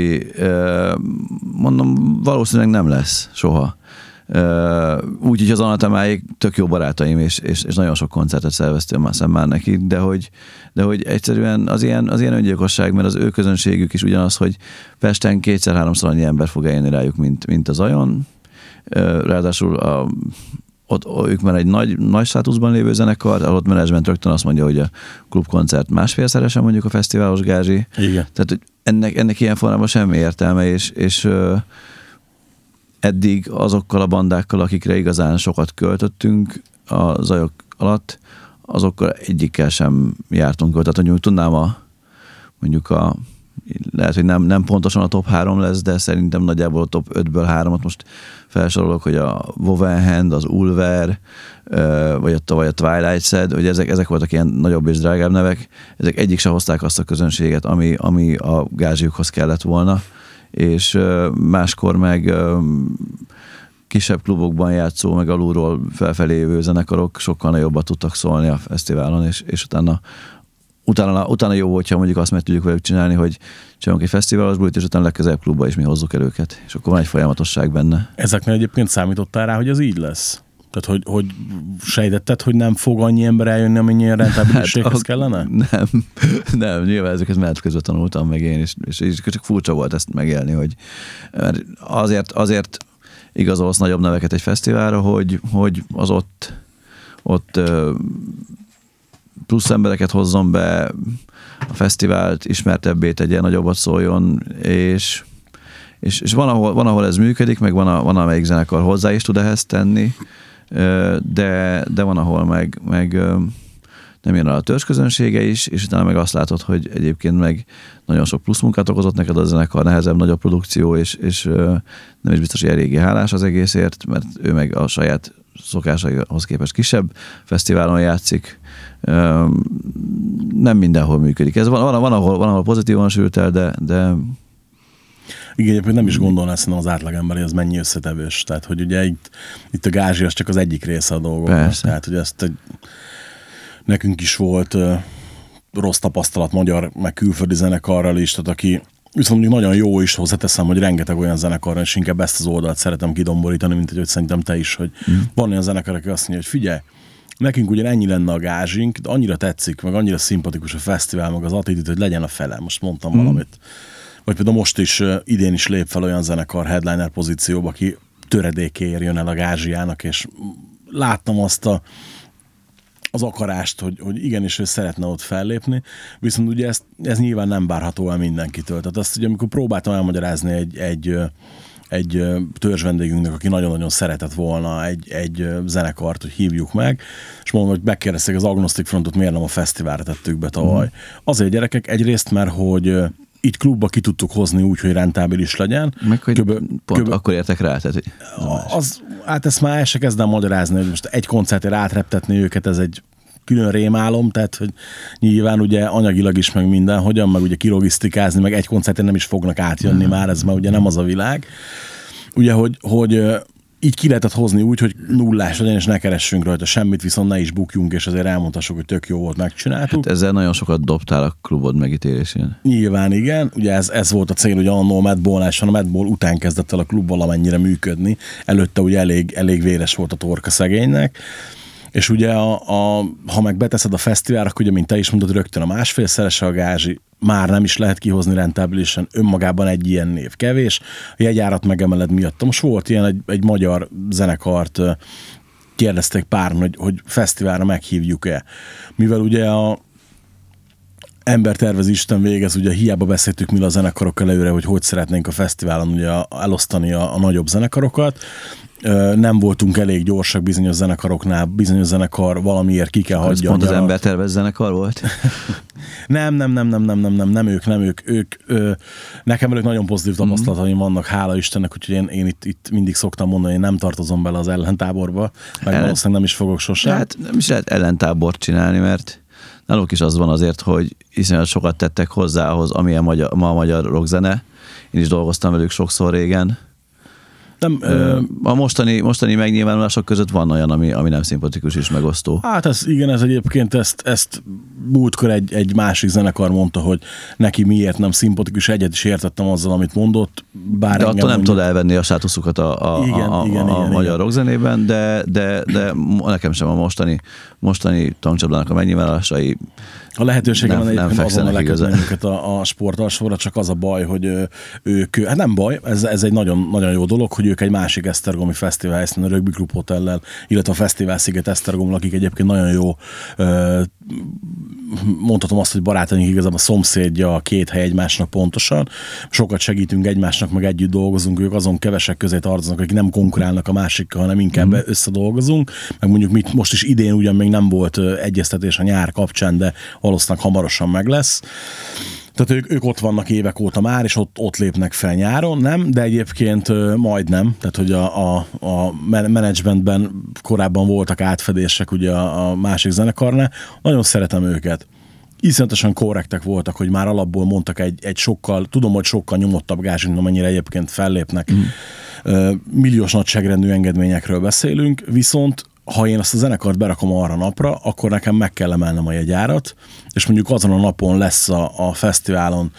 Mondom, valószínűleg nem lesz soha. Úgyhogy az Anathemáig tök jó barátaim, és, és, és nagyon sok koncertet szerveztem már neki, de hogy, de hogy egyszerűen az ilyen, az ilyen öngyilkosság, mert az ő közönségük is ugyanaz, hogy Pesten kétszer-háromszor annyi ember fog eljönni rájuk, mint, mint a Zajon. Ráadásul a, ott, ők már egy nagy, nagy státuszban lévő zenekar, a ott menedzsment rögtön azt mondja, hogy a klubkoncert másfélszeresen mondjuk a fesztiválos gázsi. Igen. Tehát ennek, ennek ilyen formában semmi értelme, és, és ö, eddig azokkal a bandákkal, akikre igazán sokat költöttünk a Zajok alatt, azokkal egyikkel sem jártunk. Tehát mondjuk tudnám a mondjuk a lehet, hogy nem, nem pontosan a top három lesz, de szerintem nagyjából a top ötből háromot most felsorolok, hogy a Wovenhand, az Ulver, vagy a, vagy a Twilight Sad, hogy ezek, ezek voltak ilyen nagyobb és drágább nevek, ezek egyik se hozták azt a közönséget, ami, ami a gázsiukhoz kellett volna, és máskor meg kisebb klubokban játszó, meg alulról felfelé jövő zenekarok sokkal nagyobbat tudtak szólni a fesztiválon, és, és utána Utána, utána jó, hogyha mondjuk azt meg tudjuk velük csinálni, hogy csinálunk egy fesztiválos bulit, és utána legközelebb klubba is mi hozzuk el őket. És akkor van egy folyamatosság benne. Ezeknél egyébként számítottál rá, hogy ez így lesz? Tehát, hogy, hogy sejtetted, hogy nem fog annyi ember eljönni, amennyi rentabilisséghez hát, kellene? Nem, nem, nyilván ezeket menet közben tanultam meg én, és, és, és csak furcsa volt ezt megélni, hogy azért, azért igazolsz nagyobb neveket egy fesztiválra, hogy, hogy az ott, ott plusz embereket hozzon be, a fesztivált ismertebbé tegye, nagyobbat szóljon, és, és, és van, ahol, van, ahol ez működik, meg van, a, van amelyik zenekar hozzá is tud ehhez tenni, de, de van, ahol meg, meg nem jön el a törzsközönsége is, és utána meg azt látod, hogy egyébként meg nagyon sok plusz munkát okozott neked a zenekar, nehezebb, nagyobb produkció, és, és nem is biztos, hogy eléggé hálás az egészért, mert ő meg a saját szokásaihoz képest kisebb fesztiválon játszik. Nem mindenhol működik. Ez van, van, van, ahol, van ahol pozitívan sült el, de, de... Igen, egyébként nem is gondolná szerintem az átlagember, hogy ez mennyi összetevős. Tehát, hogy ugye itt, itt a gázsi az csak az egyik része a dolgoknak. Tehát, hogy ezt egy, nekünk is volt uh, rossz tapasztalat magyar, meg külföldi zenekarral is, tehát aki viszont mondjuk nagyon jó is, hozzáteszem, hogy rengeteg olyan zenekarra, és inkább ezt az oldalt szeretem kidomborítani, mint hogy szerintem te is, hogy mm. van olyan zenekar, aki azt mondja, hogy figyelj, nekünk ugyan ennyi lenne a gázsink, de annyira tetszik, meg annyira szimpatikus a fesztivál, meg az attitűd, hogy legyen a fele. Most mondtam mm. valamit. Vagy például most is, idén is lép fel olyan zenekar headliner pozícióba, aki töredékéért jön el a gázsiának, és láttam azt a az akarást, hogy, hogy igenis ő szeretne ott fellépni, viszont ugye ezt, ez nyilván nem várható el mindenkitől. Tehát azt ugye, amikor próbáltam elmagyarázni egy, egy, egy törzs vendégünknek, aki nagyon-nagyon szeretett volna egy, egy zenekart, hogy hívjuk meg, és mondom, hogy megkérdezték az Agnostic Frontot, miért nem a fesztiválra tettük be tavaly. Mm. Azért gyerekek, egyrészt, mert hogy így klubba ki tudtuk hozni úgy, hogy rentábilis legyen. Meg hogy köbö, pont köbö, akkor értek rá. Tehát, hogy az, hát ezt már el se kezdem magyarázni, hogy most egy koncertért átreptetni őket, ez egy külön rémálom, tehát hogy nyilván ugye anyagilag is, meg minden, hogyan, meg ugye kilogisztikázni, meg egy koncertért nem is fognak átjönni mm. már, ez már ugye nem az a világ. Ugye, hogy, hogy így ki lehetett hozni úgy, hogy nullás legyen, és ne keressünk rajta semmit, viszont ne is bukjunk, és azért elmondhassuk, hogy tök jó volt, megcsináltuk. Hát ezzel nagyon sokat dobtál a klubod megítélésén. Nyilván igen, ugye ez, ez volt a cél, hogy annó a Madball-nál, és a Madball után kezdett el a klub valamennyire működni. Előtte ugye elég, elég véres volt a torka szegénynek, És ugye, a, a, ha meg beteszed a fesztiválra, akkor ugye, mint te is mondod, rögtön a másfélszerese a gázsi, már nem is lehet kihozni rentábilisen, önmagában egy ilyen név kevés, a jegyárat megemeled miatt. Most volt ilyen, egy, egy magyar zenekart kérdezték páran, hogy, hogy fesztiválra meghívjuk-e. Mivel ugye a ember tervez, Isten végez, ugye hiába beszéltük mi a zenekarokkal előre, hogy hogy szeretnénk a fesztiválon ugye elosztani a, a nagyobb zenekarokat. Nem voltunk elég gyorsak bizonyos zenekaroknál, bizonyos zenekar valamiért ki kell hagyja. Pont az ember tervez zenekar volt? nem, nem, nem, nem, nem, nem, nem, nem ők, nem ők. ők ö, nekem velük nagyon pozitív tapasztalataim mm. vannak, hála Istennek, úgyhogy én, én itt, itt mindig szoktam mondani, hogy én nem tartozom bele az ellentáborba, meg Ellen... valószínűleg nem is fogok sosem. Hát nem is lehet ellentábort csinálni, mert náluk is az van azért, hogy iszonyat sokat tettek hozzá ahhoz, amilyen magyar, ma a magyar rockzene. Én is dolgoztam velük sokszor régen. Nem, ö, a mostani, mostani megnyilvánulások között van olyan, ami, ami nem szimpatikus és megosztó. Hát ez, igen, ez egyébként ezt, ezt múltkor egy, egy másik zenekar mondta, hogy neki miért nem szimpatikus, egyet is értettem azzal, amit mondott. Bár de attól nem mondjuk... tud elvenni a státuszukat a, a, igen, a, a, igen, a igen, magyar igen. rockzenében, de, de, de nekem sem a mostani, mostani tankcsapdának a megnyilvánulásai a lehetőségem van egyébként azonnal lekötni őket a, a sportalsóra, csak az a baj, hogy ők, hát nem baj, ez, ez egy nagyon, nagyon jó dolog, hogy ők egy másik esztergomi fesztivál helyszínen, a Rugby Club Hotellel, illetve a Fesztivál Sziget Esztergom, akik egyébként nagyon jó, mondhatom azt, hogy barátaink igazából a szomszédja a két hely egymásnak pontosan. Sokat segítünk egymásnak, meg együtt dolgozunk, ők azon kevesek közé tartoznak, akik nem konkurálnak a másikkal, hanem inkább mm. összedolgozunk. Meg mondjuk mit, most is idén ugyan még nem volt egyeztetés a nyár kapcsán, de valószínűleg hamarosan meg lesz. Tehát ők, ők ott vannak évek óta már, és ott, ott lépnek fel nyáron, nem? De egyébként majdnem, tehát hogy a, a, a menedzsmentben korábban voltak átfedések ugye a, a másik zenekarnál. Nagyon szeretem őket. Iszonyatosan korrektek voltak, hogy már alapból mondtak egy, egy sokkal, tudom, hogy sokkal nyomottabb gázs, mint amennyire egyébként fellépnek. Mm. Milliós nagyságrendű engedményekről beszélünk, viszont ha én azt a zenekart berakom arra napra, akkor nekem meg kell emelnem a jegyárat, és mondjuk azon a napon lesz a, a fesztiválon,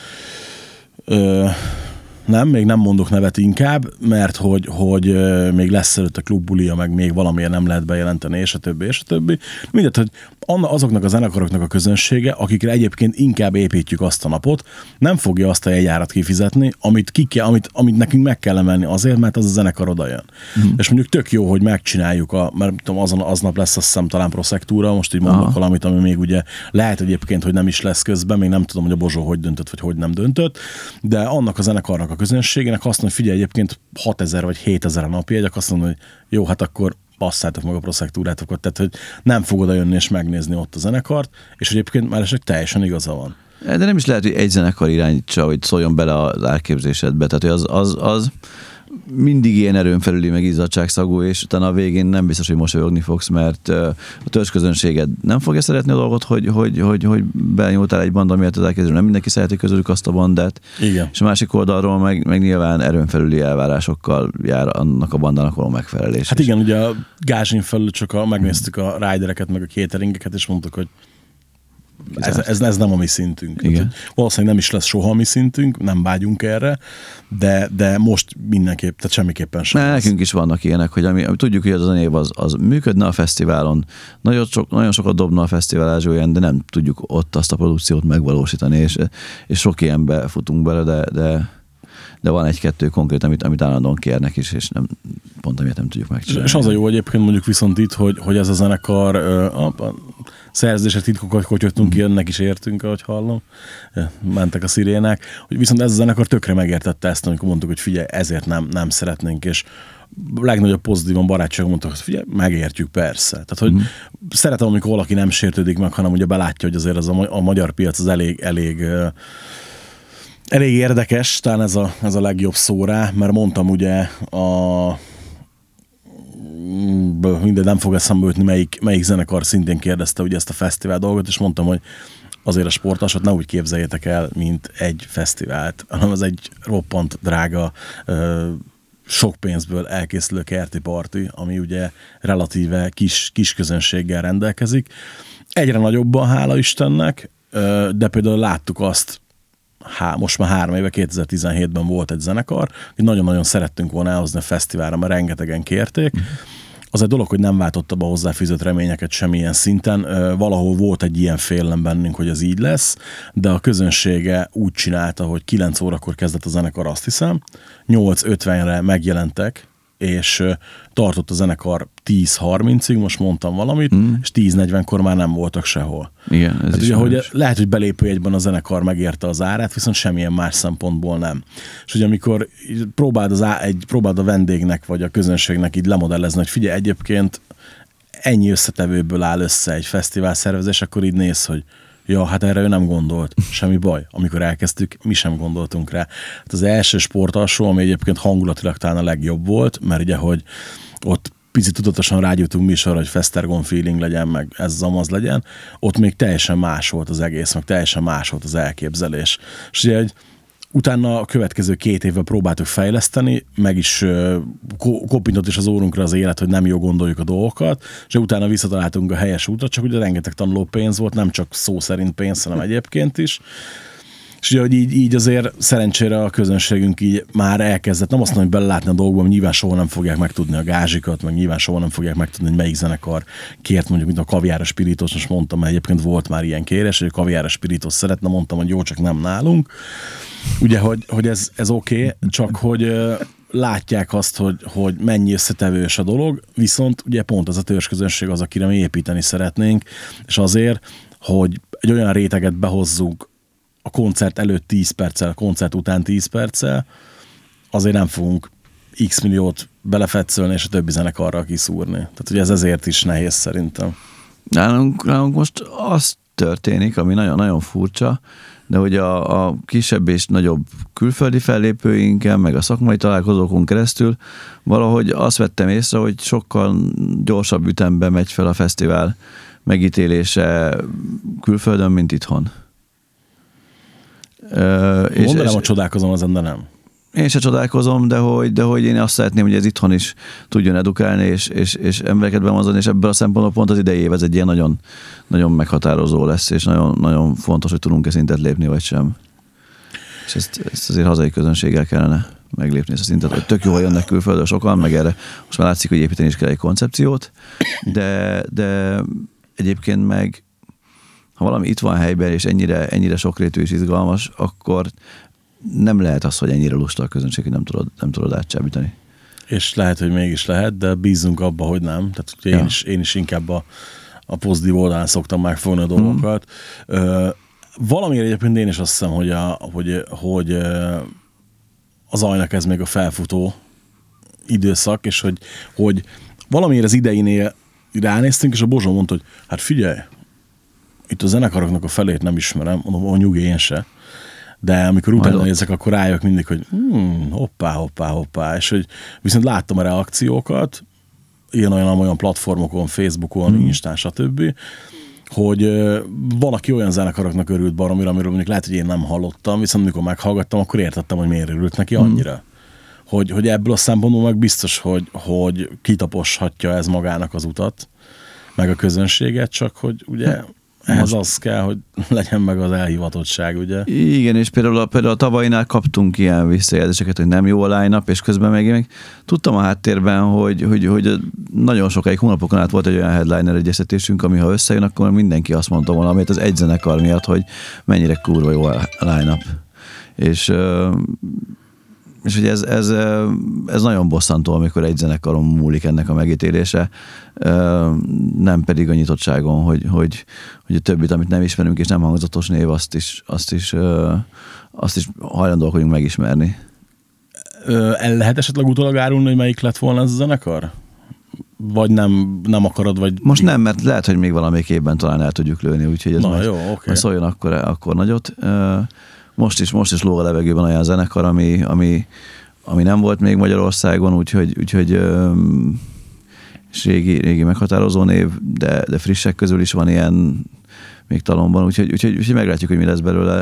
ö, nem, még nem mondok nevet inkább, mert hogy, hogy ö, még lesz előtt a klubbulia, meg még valamiért nem lehet bejelenteni, és a többi, és a többi. Mindegy, hogy azoknak a zenekaroknak a közönsége, akikre egyébként inkább építjük azt a napot, nem fogja azt a jegyárat kifizetni, amit, ki kell, amit, amit nekünk meg kell emelni azért, mert az a zenekar odajön. Mm. És mondjuk tök jó, hogy megcsináljuk, a, mert tudom, azon, aznap lesz azt hiszem talán proszektúra, most így mondok Aha. valamit, ami még ugye lehet egyébként, hogy nem is lesz közben, még nem tudom, hogy a Bozsó hogy döntött, vagy hogy nem döntött, de annak a zenekarnak a közönségének azt mondja, hogy figyelj, egyébként hatezer vagy hétezer a napi jegyek, azt mondja, hogy jó, hát akkor basszátok meg a proszektúrátokat, tehát hogy nem fog oda jönni és megnézni ott a zenekart, és egyébként már esetleg teljesen igaza van. De nem is lehet, hogy egy zenekar irányítsa, hogy szóljon bele az elképzésedbe, tehát hogy az, az, az mindig ilyen erőn felüli, meg izzadságszagú, és utána a végén nem biztos, hogy mosolyogni fogsz, mert a törzsközönséged nem fogja szeretni a dolgot, hogy, hogy, hogy, hogy benyúltál egy banda miatt az elkezdő, nem mindenki szereti közülük azt a bandát. Igen. És a másik oldalról meg, meg nyilván erőn felüli elvárásokkal jár annak a bandának való megfelelés. Hát igen, ugye a gázsin felül csak a, megnéztük a ridereket, meg a cateringeket, és mondtuk, hogy Ez, ez, ez nem a mi szintünk. Tehát, valószínűleg nem is lesz soha a mi szintünk, nem vágyunk erre, de, de most mindenképp, tehát semmiképpen sem. Ne, nekünk is vannak ilyenek, hogy ami, ami tudjuk, hogy az a név az, az működne a fesztiválon, nagyon, sok, nagyon sokat dobna a fesztivál ázsóján, de nem tudjuk ott azt a produkciót megvalósítani, és, és sok ilyenbe futunk bele, de, de, de van egy-kettő konkrét, amit, amit állandóan kérnek is, és nem, pont amiért nem tudjuk megcsinálni. És az a jó egyébként mondjuk viszont itt, hogy, hogy ez a zenekar a, a szerződéses titkokat kotyogtunk ki, önnek is értünk, ahogy hallom. Mentek a szirénák. Hogy viszont ez a zenekar tökre megértette ezt, amikor mondtuk, hogy figyelj, ezért nem, nem szeretnénk, és legnagyobb pozitívan barátságon mondtak, hogy figyelj, megértjük persze. Tehát, hogy mm. szeretem, amikor valaki nem sértődik meg, hanem ugye belátja, hogy azért az a, a magyar piac az elég, elég elég érdekes, talán ez a, ez a legjobb szó rá, mert mondtam ugye a minden nem fog eszembe jutni, melyik, melyik zenekar szintén kérdezte ugye ezt a fesztivál dolgot, és mondtam, hogy azért a sportasot ne úgy képzeljétek el, mint egy fesztivált, hanem az egy roppant drága, sok pénzből elkészülő kerti parti, ami ugye relatíve kis, kis közönséggel rendelkezik. Egyre nagyobban, hála Istennek, de például láttuk azt, Há, most már három éve, kétezer-tizenhétben volt egy zenekar, hogy nagyon-nagyon szerettünk volna elhozni a fesztiválra, mert rengetegen kérték. Mm. az egy dolog, hogy nem váltotta be hozzáfűzött reményeket semmilyen szinten. Valahol volt egy ilyen félelem bennünk, hogy ez így lesz, de a közönsége úgy csinálta, hogy kilenc órakor kezdett a zenekar, azt hiszem, nyolc ötvenre megjelentek, és tartott a zenekar tíz harmincig, most mondtam valamit, mm. és tíz negyvenkor már nem voltak sehol. Igen, ez hát is ugye, hogy lehet, hogy belépőjegyben a zenekar megérte az árát, viszont semmilyen más szempontból nem. És ugye amikor próbáld, az á, egy, próbáld a vendégnek, vagy a közönségnek így lemodellezni, hogy figyelj, egyébként ennyi összetevőből áll össze egy fesztivál szervezés, akkor így néz, hogy ja, hát erre ő nem gondolt. Semmi baj. Amikor elkezdtük, mi sem gondoltunk rá. Hát az első sportalsó, ami egyébként hangulatilag talán a legjobb volt, mert ugye, hogy ott picit tudatosan rágyújtunk mi is arra, hogy Fesztergom feeling legyen, meg ez zamaz legyen, ott még teljesen más volt az egész, meg teljesen más volt az elképzelés. És ugye, hogy utána a következő két évben próbáltuk fejleszteni, meg is uh, kopintott is az órunkra az élet, hogy nem jó gondoljuk a dolgokat, és utána visszataláltunk a helyes útra, csak ugye rengeteg tanuló pénz volt, nem csak szó szerint pénz, hanem egyébként is. És ugye, hogy így, így azért szerencsére a közönségünk így már elkezdett, nem azt mondom, hogy belelátni a dolgokban, nyilván soha nem fogják megtudni a gázsikat, meg nyilván soha nem fogják megtudni, hogy melyik zenekar kért, mondjuk, mint a Kaviár a Spiritus, most mondtam, mert egyébként volt már ilyen kérés, hogy a Kaviár a Spiritus szeretne, mondtam, hogy jó, csak nem nálunk. Ugye, hogy, hogy ez, ez oké, okay, csak hogy uh, látják azt, hogy, hogy mennyi összetevős a dolog, viszont ugye pont az a törzsközönség az, akire mi építeni szeretnénk, és azért, hogy egy olyan réteget behozzunk a koncert előtt tíz perccel, a koncert után tíz perccel, azért nem fogunk x milliót belefetszölni, és a többi zenekarral kiszúrni. Tehát ugye ez ezért is nehéz szerintem. Nálunk, nálunk most az történik, ami nagyon-nagyon furcsa, de hogy a, a kisebb és nagyobb külföldi fellépőinken, meg a szakmai találkozókon keresztül valahogy azt vettem észre, hogy sokkal gyorsabb ütemben megy fel a fesztivál megítélése külföldön, mint itthon. Uh, Mondanám, hogy csodálkozom ezen, de nem. Én se csodálkozom, de hogy, de hogy én azt szeretném, hogy ez itthon is tudjon edukálni, és, és, és embereket bemozani, és ebből a szempontból pont az idei év ez egy ilyen nagyon, nagyon meghatározó lesz, és nagyon, nagyon fontos, hogy tudunk-e szintet lépni, vagy sem. És ezt, ezt azért hazai közönséggel kellene meglépni ezt a szintet, hogy tök jó, ha jönnek külföldről sokan, meg erre most már látszik, hogy építeni is kell egy koncepciót, de, de egyébként meg ha valami itt van helyben, és ennyire, ennyire sokrétű és izgalmas, akkor nem lehet az, hogy ennyire lusta a közönség, hogy nem tudod, nem tudod átcsábítani. És lehet, hogy mégis lehet, de bízzunk abba, hogy nem. Tehát ugye ja. én, is, én is inkább a, a pozitív oldalán szoktam megfogni a dolgokat. Mm. Uh, valamiért egyébként én is azt hiszem, hogy, a, hogy, hogy uh, az Zajnak ez még a felfutó időszak, és hogy, hogy valamiért az ideinél ránéztünk, és a Bozsó mondta, hogy hát figyelj, itt a zenekaroknak a felét nem ismerem, mondom, a nyugi én se, de amikor utána nézek, akkor rájövök mindig, hogy hmm, hoppá, hoppá, hoppá, és hogy viszont láttam a reakciókat, ilyen-olyan olyan platformokon, Facebookon, hmm. Instán, stb., hogy uh, valaki olyan zenekaroknak örült baromira, amiről mondjuk lehet, hogy én nem hallottam, viszont amikor meghallgattam, akkor értettem, hogy miért örült neki annyira. Hmm. Hogy, hogy ebből a szempontból meg biztos, hogy, hogy kitaposhatja ez magának az utat, meg a közönséget, csak hogy ugye ehhez az kell, hogy legyen meg az elhivatottság, ugye? Igen, és például a, például a tavalyinál kaptunk ilyen visszajelzéseket, hogy nem jó a line-up, és közben meg én meg tudtam a háttérben, hogy, hogy, hogy nagyon sokáig, hónapokon át volt egy olyan headliner egyeztetésünk, ami ha összejön, akkor mindenki azt mondta valamit az egy zenekar miatt, hogy mennyire kurva jó a line-up. És És hogy ez, ez, ez nagyon bosszantó, amikor egy zenekaron múlik ennek a megítélése, nem pedig a nyitottságon, hogy, hogy, hogy a többit, amit nem ismerünk, és nem hangzatos név, azt is, azt is, azt is hajlandóak vagyunk megismerni. El lehet esetleg utólag árulni, hogy melyik lett volna ez a zenekar? Vagy nem, nem akarod, vagy... Most nem, mert lehet, hogy még valamelyik évben talán el tudjuk lőni, úgyhogy ez Na, majd, jó, okay. majd szóljon akkor, akkor nagyot. Most is, most is lóg a levegőben olyan zenekar, ami, ami, ami nem volt még Magyarországon, úgyhogy, úgyhogy öm, és régi, régi meghatározó név, de, de frissek közül is van ilyen még talomban, úgyhogy, úgyhogy, úgyhogy meglátjuk, hogy mi lesz belőle.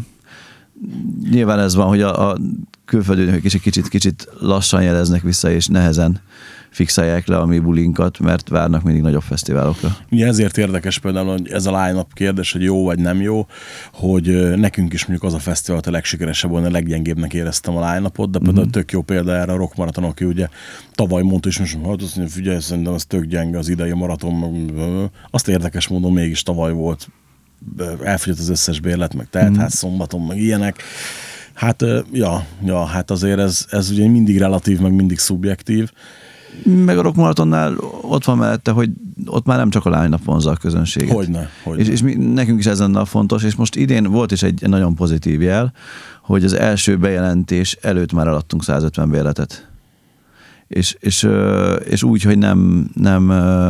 Nyilván ez van, hogy a, a külföldön kicsit, kicsit, kicsit lassan jeleznek vissza, és nehezen fixálják le a mi bulinkat, mert várnak mindig nagyobb fesztiválokra. Ugye ezért érdekes például, hogy ez a line-up kérdés, hogy jó vagy nem jó, hogy nekünk is mondjuk az a fesztivál a legsikeresebb volna, a leggyengébbnek éreztem a line-upot, de például mm-hmm. tök jó példa erre a Rock Marathon, aki ugye tavaly mondta is, most hát azt mondja, figyelj, szerintem ez tök gyenge az idei maraton, azt érdekes módon mégis tavaly volt, elfogyott az összes bérlet, meg teltház szombaton, meg ilyenek. Hát, ja, ja, hát azért ez, ez ugye mindig relatív, meg mindig szubjektív. Meg a Rock Maratonnál ott van mellette, hogy ott már nem csak a line-up vonza a közönséget. Hogyne, hogyne. És, és mi, nekünk is ez lenne a fontos, és most idén volt is egy nagyon pozitív jel, hogy az első bejelentés előtt már eladtunk százötven bérletet. És, és, és úgy, hogy nem, nem,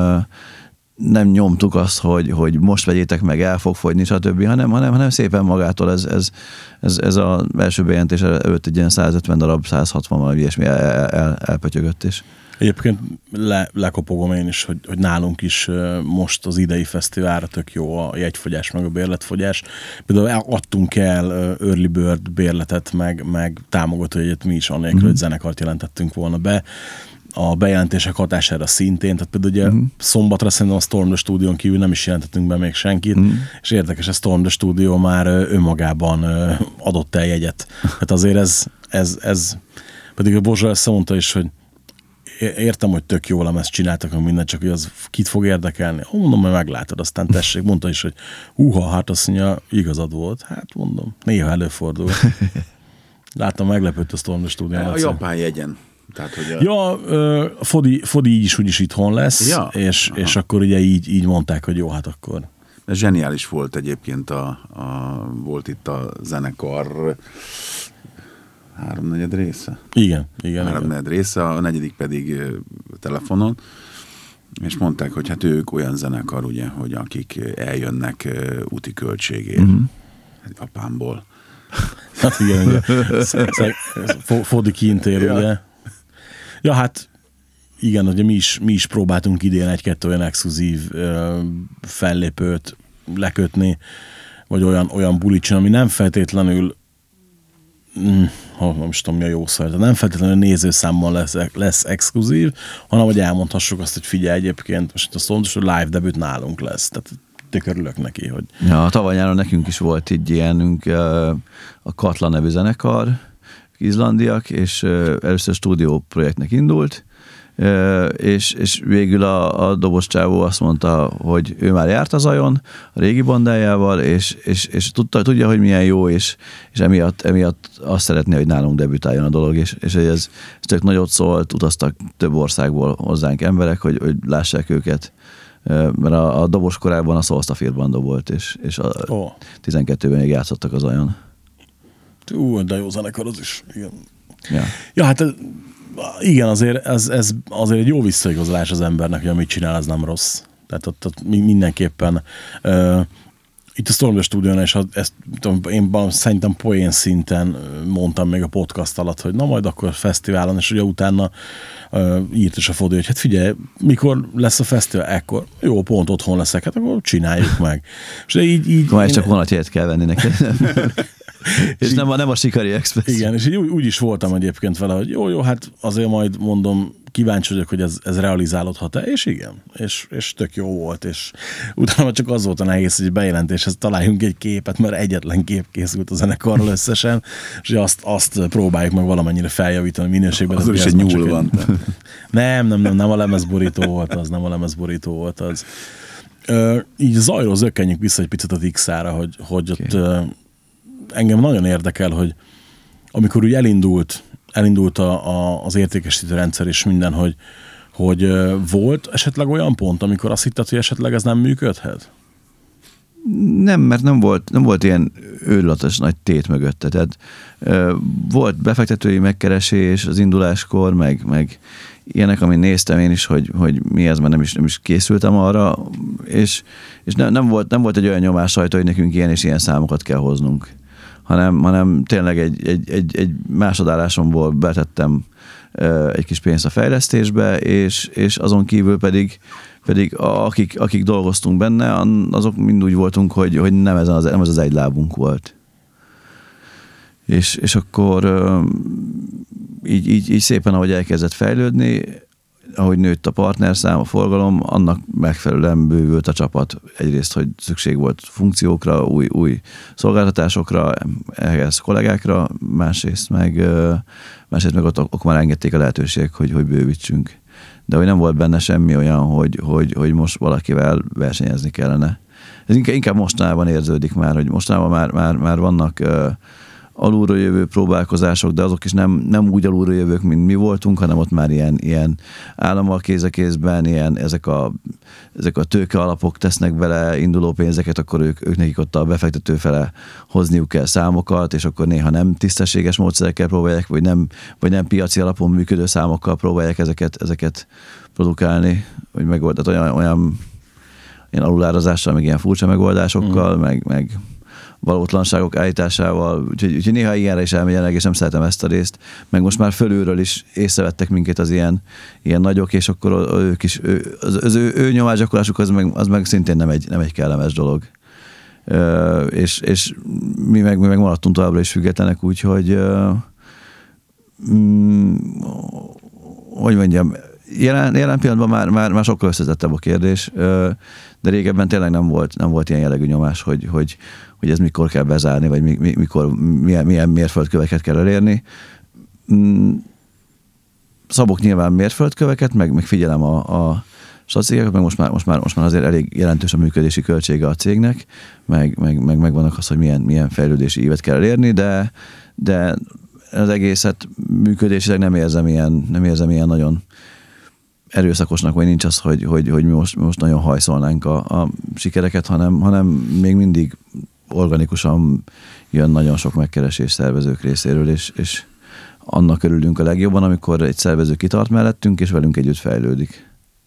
nem nyomtuk azt, hogy, hogy most vegyétek meg, el fog fogyni, stb., hanem, hanem, hanem szépen magától ez, ez, ez, ez az első bejelentés előtt egy ilyen százötven darab, száz hatvan valami ilyesmi el, el, elpötyögött is. Egyébként le, lekopogom én is, hogy, hogy nálunk is most az idei fesztiválra tök jó a jegyfogyás, meg a bérletfogyás. Például adtunk el early bird bérletet, meg, meg támogató jegyet mi is, anélkül, mm-hmm. hogy zenekart jelentettünk volna be. A bejelentések hatására szintén, tehát például ugye mm-hmm. szombatra szerintem a Storm the Studion kívül nem is jelentettünk be még senkit, mm-hmm. és érdekes, a Storm the Studio már önmagában adott el jegyet. Tehát azért ez, ez, ez pedig a Bozsa ezt mondta is, hogy értem, hogy tök jó lemezt csináltak, meg mindent, csak hogy az kit fog érdekelni. Ó, mondom, majd meglátod, aztán tessék, mondta is, hogy húha, hát azt mondja, igazad volt. Hát mondom, néha előfordul. Láttam, meglepődött a Storm the Studio. A japán jegyen. Tehát, hogy a... Ja, a Fodi, Fodi így is úgyis itthon lesz, ja, és, és akkor ugye így, így mondták, hogy jó, hát akkor. Ez zseniális volt egyébként, a, a, volt itt a zenekar háromnegyed része. Igen, igen. Háromnegyed része, a negyedik pedig telefonon, és mondták, hogy hát ők olyan zenekar, ugye, hogy akik eljönnek úti költségért, mm-hmm. Japánból. Hát igen, ugye. Fodi kintér, ja. ugye. Ja, hát igen, ugye mi is, mi is próbáltunk idén egy-kettő olyan exkluzív ö, fellépőt lekötni, vagy olyan, olyan bulicsin, ami nem feltétlenül mm, nem is tudom, mi a jó szó, de nem feltétlenül nézőszámban lesz, lesz exkluzív, hanem hogy elmondhassuk azt, hogy figyelj, egyébként most azt mondom, hogy live debüt nálunk lesz, tehát tök örülök neki, hogy... Ja, tavaly nyáron nekünk is volt így ilyenünk, a Katla nevű zenekar, izlandiak, és először stúdió projektnek indult, és, és végül a, a doboscsávó azt mondta, hogy ő már járt az ajon a régi bandájával, és, és, és tudta, tudja, hogy milyen jó, és, és emiatt, emiatt azt szeretné, hogy nálunk debütáljon a dolog, és, és ez, ez tök nagyot szólt, utaztak több országból hozzánk emberek, hogy, hogy lássák őket, mert a, a dobos korában a Solstafir banda volt, és, és a oh. tizenkettőben még játszottak az ajon. Ú, de jó zenekar az is, igen. Ja, ja hát igen, azért ez, ez azért egy jó visszaigazolás az embernek, hogy amit csinál, az nem rossz. Tehát ott, ott mindenképpen uh, itt a Storm the Studion, és ezt én szerintem poén szinten mondtam még a podcast alatt, hogy na majd akkor fesztiválon, és ugye utána uh, írt is a Fodi, hogy hát figyelj, mikor lesz a fesztivál? Ekkor. Jó, pont otthon leszek, hát akkor csináljuk meg. És így, így Már én... csak vonatjegyet kell venni neked. És, és nem, a, nem a Sikari Express. Igen, és így úgy, úgy is voltam egyébként vele, hogy jó, jó, hát azért majd mondom, kíváncsi vagyok, hogy ez, ez realizálódhat-e, és igen, és, és tök jó volt, és utána csak az volt a nehéz, hogy bejelentéshez találjunk egy képet, mert egyetlen kép készült a zenekarról összesen, és azt, azt próbáljuk meg valamennyire feljavítani a minőségben. Azon is egy nyúl van. Nem, nem, nem, nem a lemezborító volt az, nem a lemezborító volt az. Ö, így zajról zökkenjük vissza egy picit az X-ára, hogy, hogy okay. ott ö, engem nagyon érdekel, hogy amikor úgy elindult, elindult a, a, az értékesítő rendszer és minden, hogy, hogy volt esetleg olyan pont, amikor azt hitted, hogy esetleg ez nem működhet? Nem, mert nem volt, nem volt ilyen őrületes nagy tét mögötte. Tehát ö, volt befektetői megkeresés az induláskor, meg, meg ilyenek, amit néztem én is, hogy, hogy mi ez, mert nem is, nem is készültem arra, és, és ne, nem, volt, nem volt egy olyan nyomás rajta, hogy nekünk ilyen és ilyen számokat kell hoznunk. Hanem, hanem tényleg egy, egy, egy, egy másodállásomból betettem uh, egy kis pénzt a fejlesztésbe, és, és azon kívül pedig, pedig akik, akik dolgoztunk benne, azok mind úgy voltunk, hogy, hogy nem, ez az, nem ez az egy lábunk volt. És, és akkor uh, így, így, így szépen, ahogy elkezdett fejlődni, ahogy nőtt a partnerszám, a forgalom, annak megfelelően bővült a csapat. Egyrészt, hogy szükség volt funkciókra, új, új szolgáltatásokra, ehhez kollégákra, másrészt meg, másrészt meg ott, ott már engedték a lehetőségek, hogy, hogy bővítsünk. De hogy nem volt benne semmi olyan, hogy, hogy, hogy most valakivel versenyezni kellene. Ez inkább mostanában érződik már, hogy mostanában már, már, már vannak uh, alulról jövő próbálkozások, de azok is nem, nem úgy alulról jövők, mint mi voltunk, hanem ott már ilyen, ilyen állammal kéz a kézben, ilyen, ezek, a, ezek a tőke alapok tesznek bele induló pénzeket, akkor ők, ők nekik ott a befektető fele hozniuk kell számokat, és akkor néha nem tisztességes módszerekkel próbálják, vagy nem, vagy nem piaci alapon működő számokkal próbálják ezeket, ezeket produkálni, vagy megoldani, olyan, olyan ilyen alulárazással, meg ilyen furcsa megoldásokkal, mm. meg, meg valótlanságok állításával, úgyhogy, úgyhogy néha ilyenre is elmegyenek, és nem szeretem ezt a részt. Meg most már fölülről is észrevettek minket az ilyen, ilyen nagyok, és akkor ők is, ő, az, az ő, ő nyomásgyakorlásuk az meg, az meg szintén nem egy, nem egy kellemes dolog. Ö, és, és mi meg, mi meg maradtunk továbbra is függetlenek, úgyhogy mm, hogy mondjam, Jelen, jelen pillanatban már, már, már sokkal összetettebb a kérdés, de régebben tényleg nem volt, nem volt ilyen jellegű nyomás, hogy, hogy, hogy ez mikor kell bezárni, vagy mi, mi, mikor, milyen, milyen mérföldköveket kell elérni. Szabok nyilván mérföldköveket, meg, meg figyelem a, a statisztikákat, meg most már, most, már, most már azért elég jelentős a működési költsége a cégnek, meg, meg, meg, meg vannak az, hogy milyen, milyen fejlődési ívet kell elérni, de, de az egészet működésileg nem érzem ilyen, nem érzem ilyen nagyon erőszakosnak, vagy nincs az, hogy, hogy, hogy mi most, most nagyon hajszolnánk a, a sikereket, hanem, hanem még mindig organikusan jön nagyon sok megkeresés szervezők részéről, és, és annak örülünk a legjobban, amikor egy szervező kitart mellettünk, és velünk együtt fejlődik.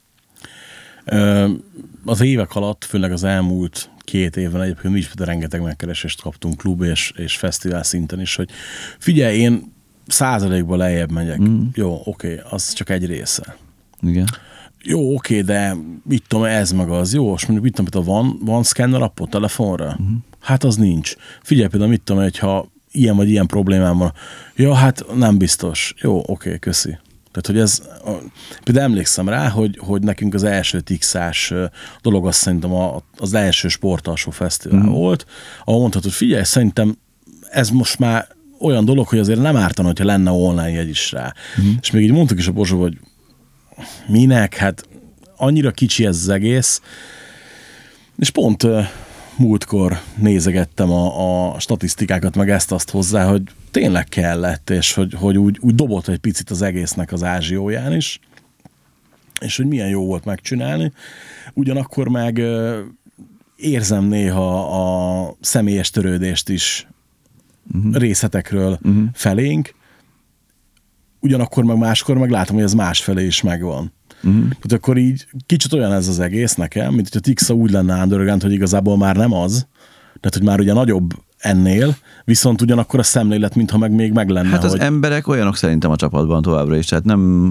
Az évek alatt, főleg az elmúlt két évben egyébként mi is rengeteg megkeresést kaptunk klub és, és fesztivál szinten is, hogy figyelj, én százalékban lejjebb megyek. Mm. Jó, oké, az csak egy része. Igen. Jó, oké, de mit tudom, ez meg az. Jó, és mondjuk mit tudom, van, van szkenner appot telefonra? Uh-huh. Hát az nincs. Figyelj például, mit tudom, hogyha ilyen vagy ilyen problémám van. Ja, hát nem biztos. Jó, oké, köszi. Tehát, hogy ez, például emlékszem rá, hogy, hogy nekünk az első tixás dolog azt szerintem a, az első sportalsó fesztivál uh-huh. volt, ahol mondhatod, hogy figyelj, szerintem ez most már olyan dolog, hogy azért nem ártana, hogyha lenne online jegy is rá. Uh-huh. És még így mondtuk is a Bozsó, hogy minek? Hát annyira kicsi ez az egész. És pont uh, múltkor nézegettem a, a statisztikákat, meg ezt-azt hozzá, hogy tényleg kellett, és hogy, hogy úgy, úgy dobott egy picit az egésznek az ázsióján is, és hogy milyen jó volt megcsinálni. Ugyanakkor meg uh, érzem néha a személyes törődést is uh-huh. részletekről uh-huh. felénk, ugyanakkor meg máskor meg látom, hogy ez másfelé is megvan. Uh-huh. Tehát akkor így kicsit olyan ez az egész nekem, mint hogy a Tixa úgy lenne underground, hogy igazából már nem az, tehát hogy már ugye nagyobb ennél, viszont ugyanakkor a szemlélet, mintha meg még meg lenne. Hát az hogy... emberek olyanok szerintem a csapatban továbbra is, tehát nem,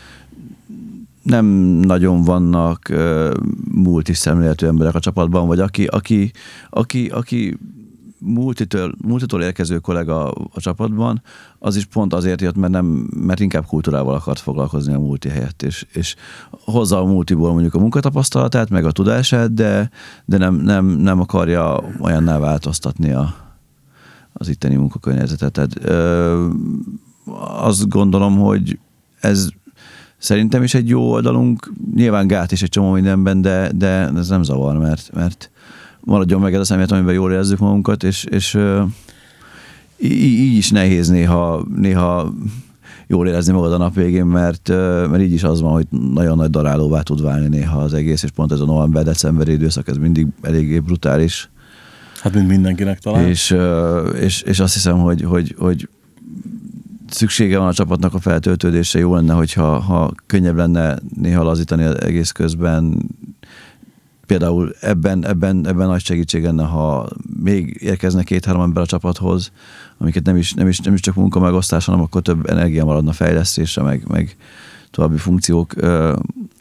nem nagyon vannak uh, multis szemléletű emberek a csapatban, vagy aki, aki, aki, aki multitől, multitól érkező kollega a csapatban, az is pont azért jött, mert, nem, mert inkább kultúrával akart foglalkozni a multi helyett, és, és hozza a multiból mondjuk a munkatapasztalatát, meg a tudását, de, de nem, nem, nem akarja olyanná változtatni a, az itteni munkakörnyezetet. Tehát ö, azt gondolom, hogy ez szerintem is egy jó oldalunk, nyilván gát is egy csomó mindenben, de, de ez nem zavar, mert, mert maradjon meg ez a személyet, amiben jól érezzük magunkat, és, és uh, így, így is nehéz néha, néha jól érezni magad a nap végén, mert, uh, mert így is az van, hogy nagyon nagy darálóvá tud válni néha az egész, és pont ez a november-decemberi időszak, ez mindig eléggé brutális. Hát mint mindenkinek talán. És, uh, és, és azt hiszem, hogy, hogy, hogy szüksége van a csapatnak a feltöltődésre, jó lenne, hogyha ha könnyebb lenne néha lazítani az egész közben. Például ebben, ebben, ebben nagy segítség lenne, ha még érkezne két-három ember a csapathoz, amiket nem is, nem is, nem is csak munkamegosztás, hanem akkor több energia maradna fejlesztésre, meg, meg további funkciók ö,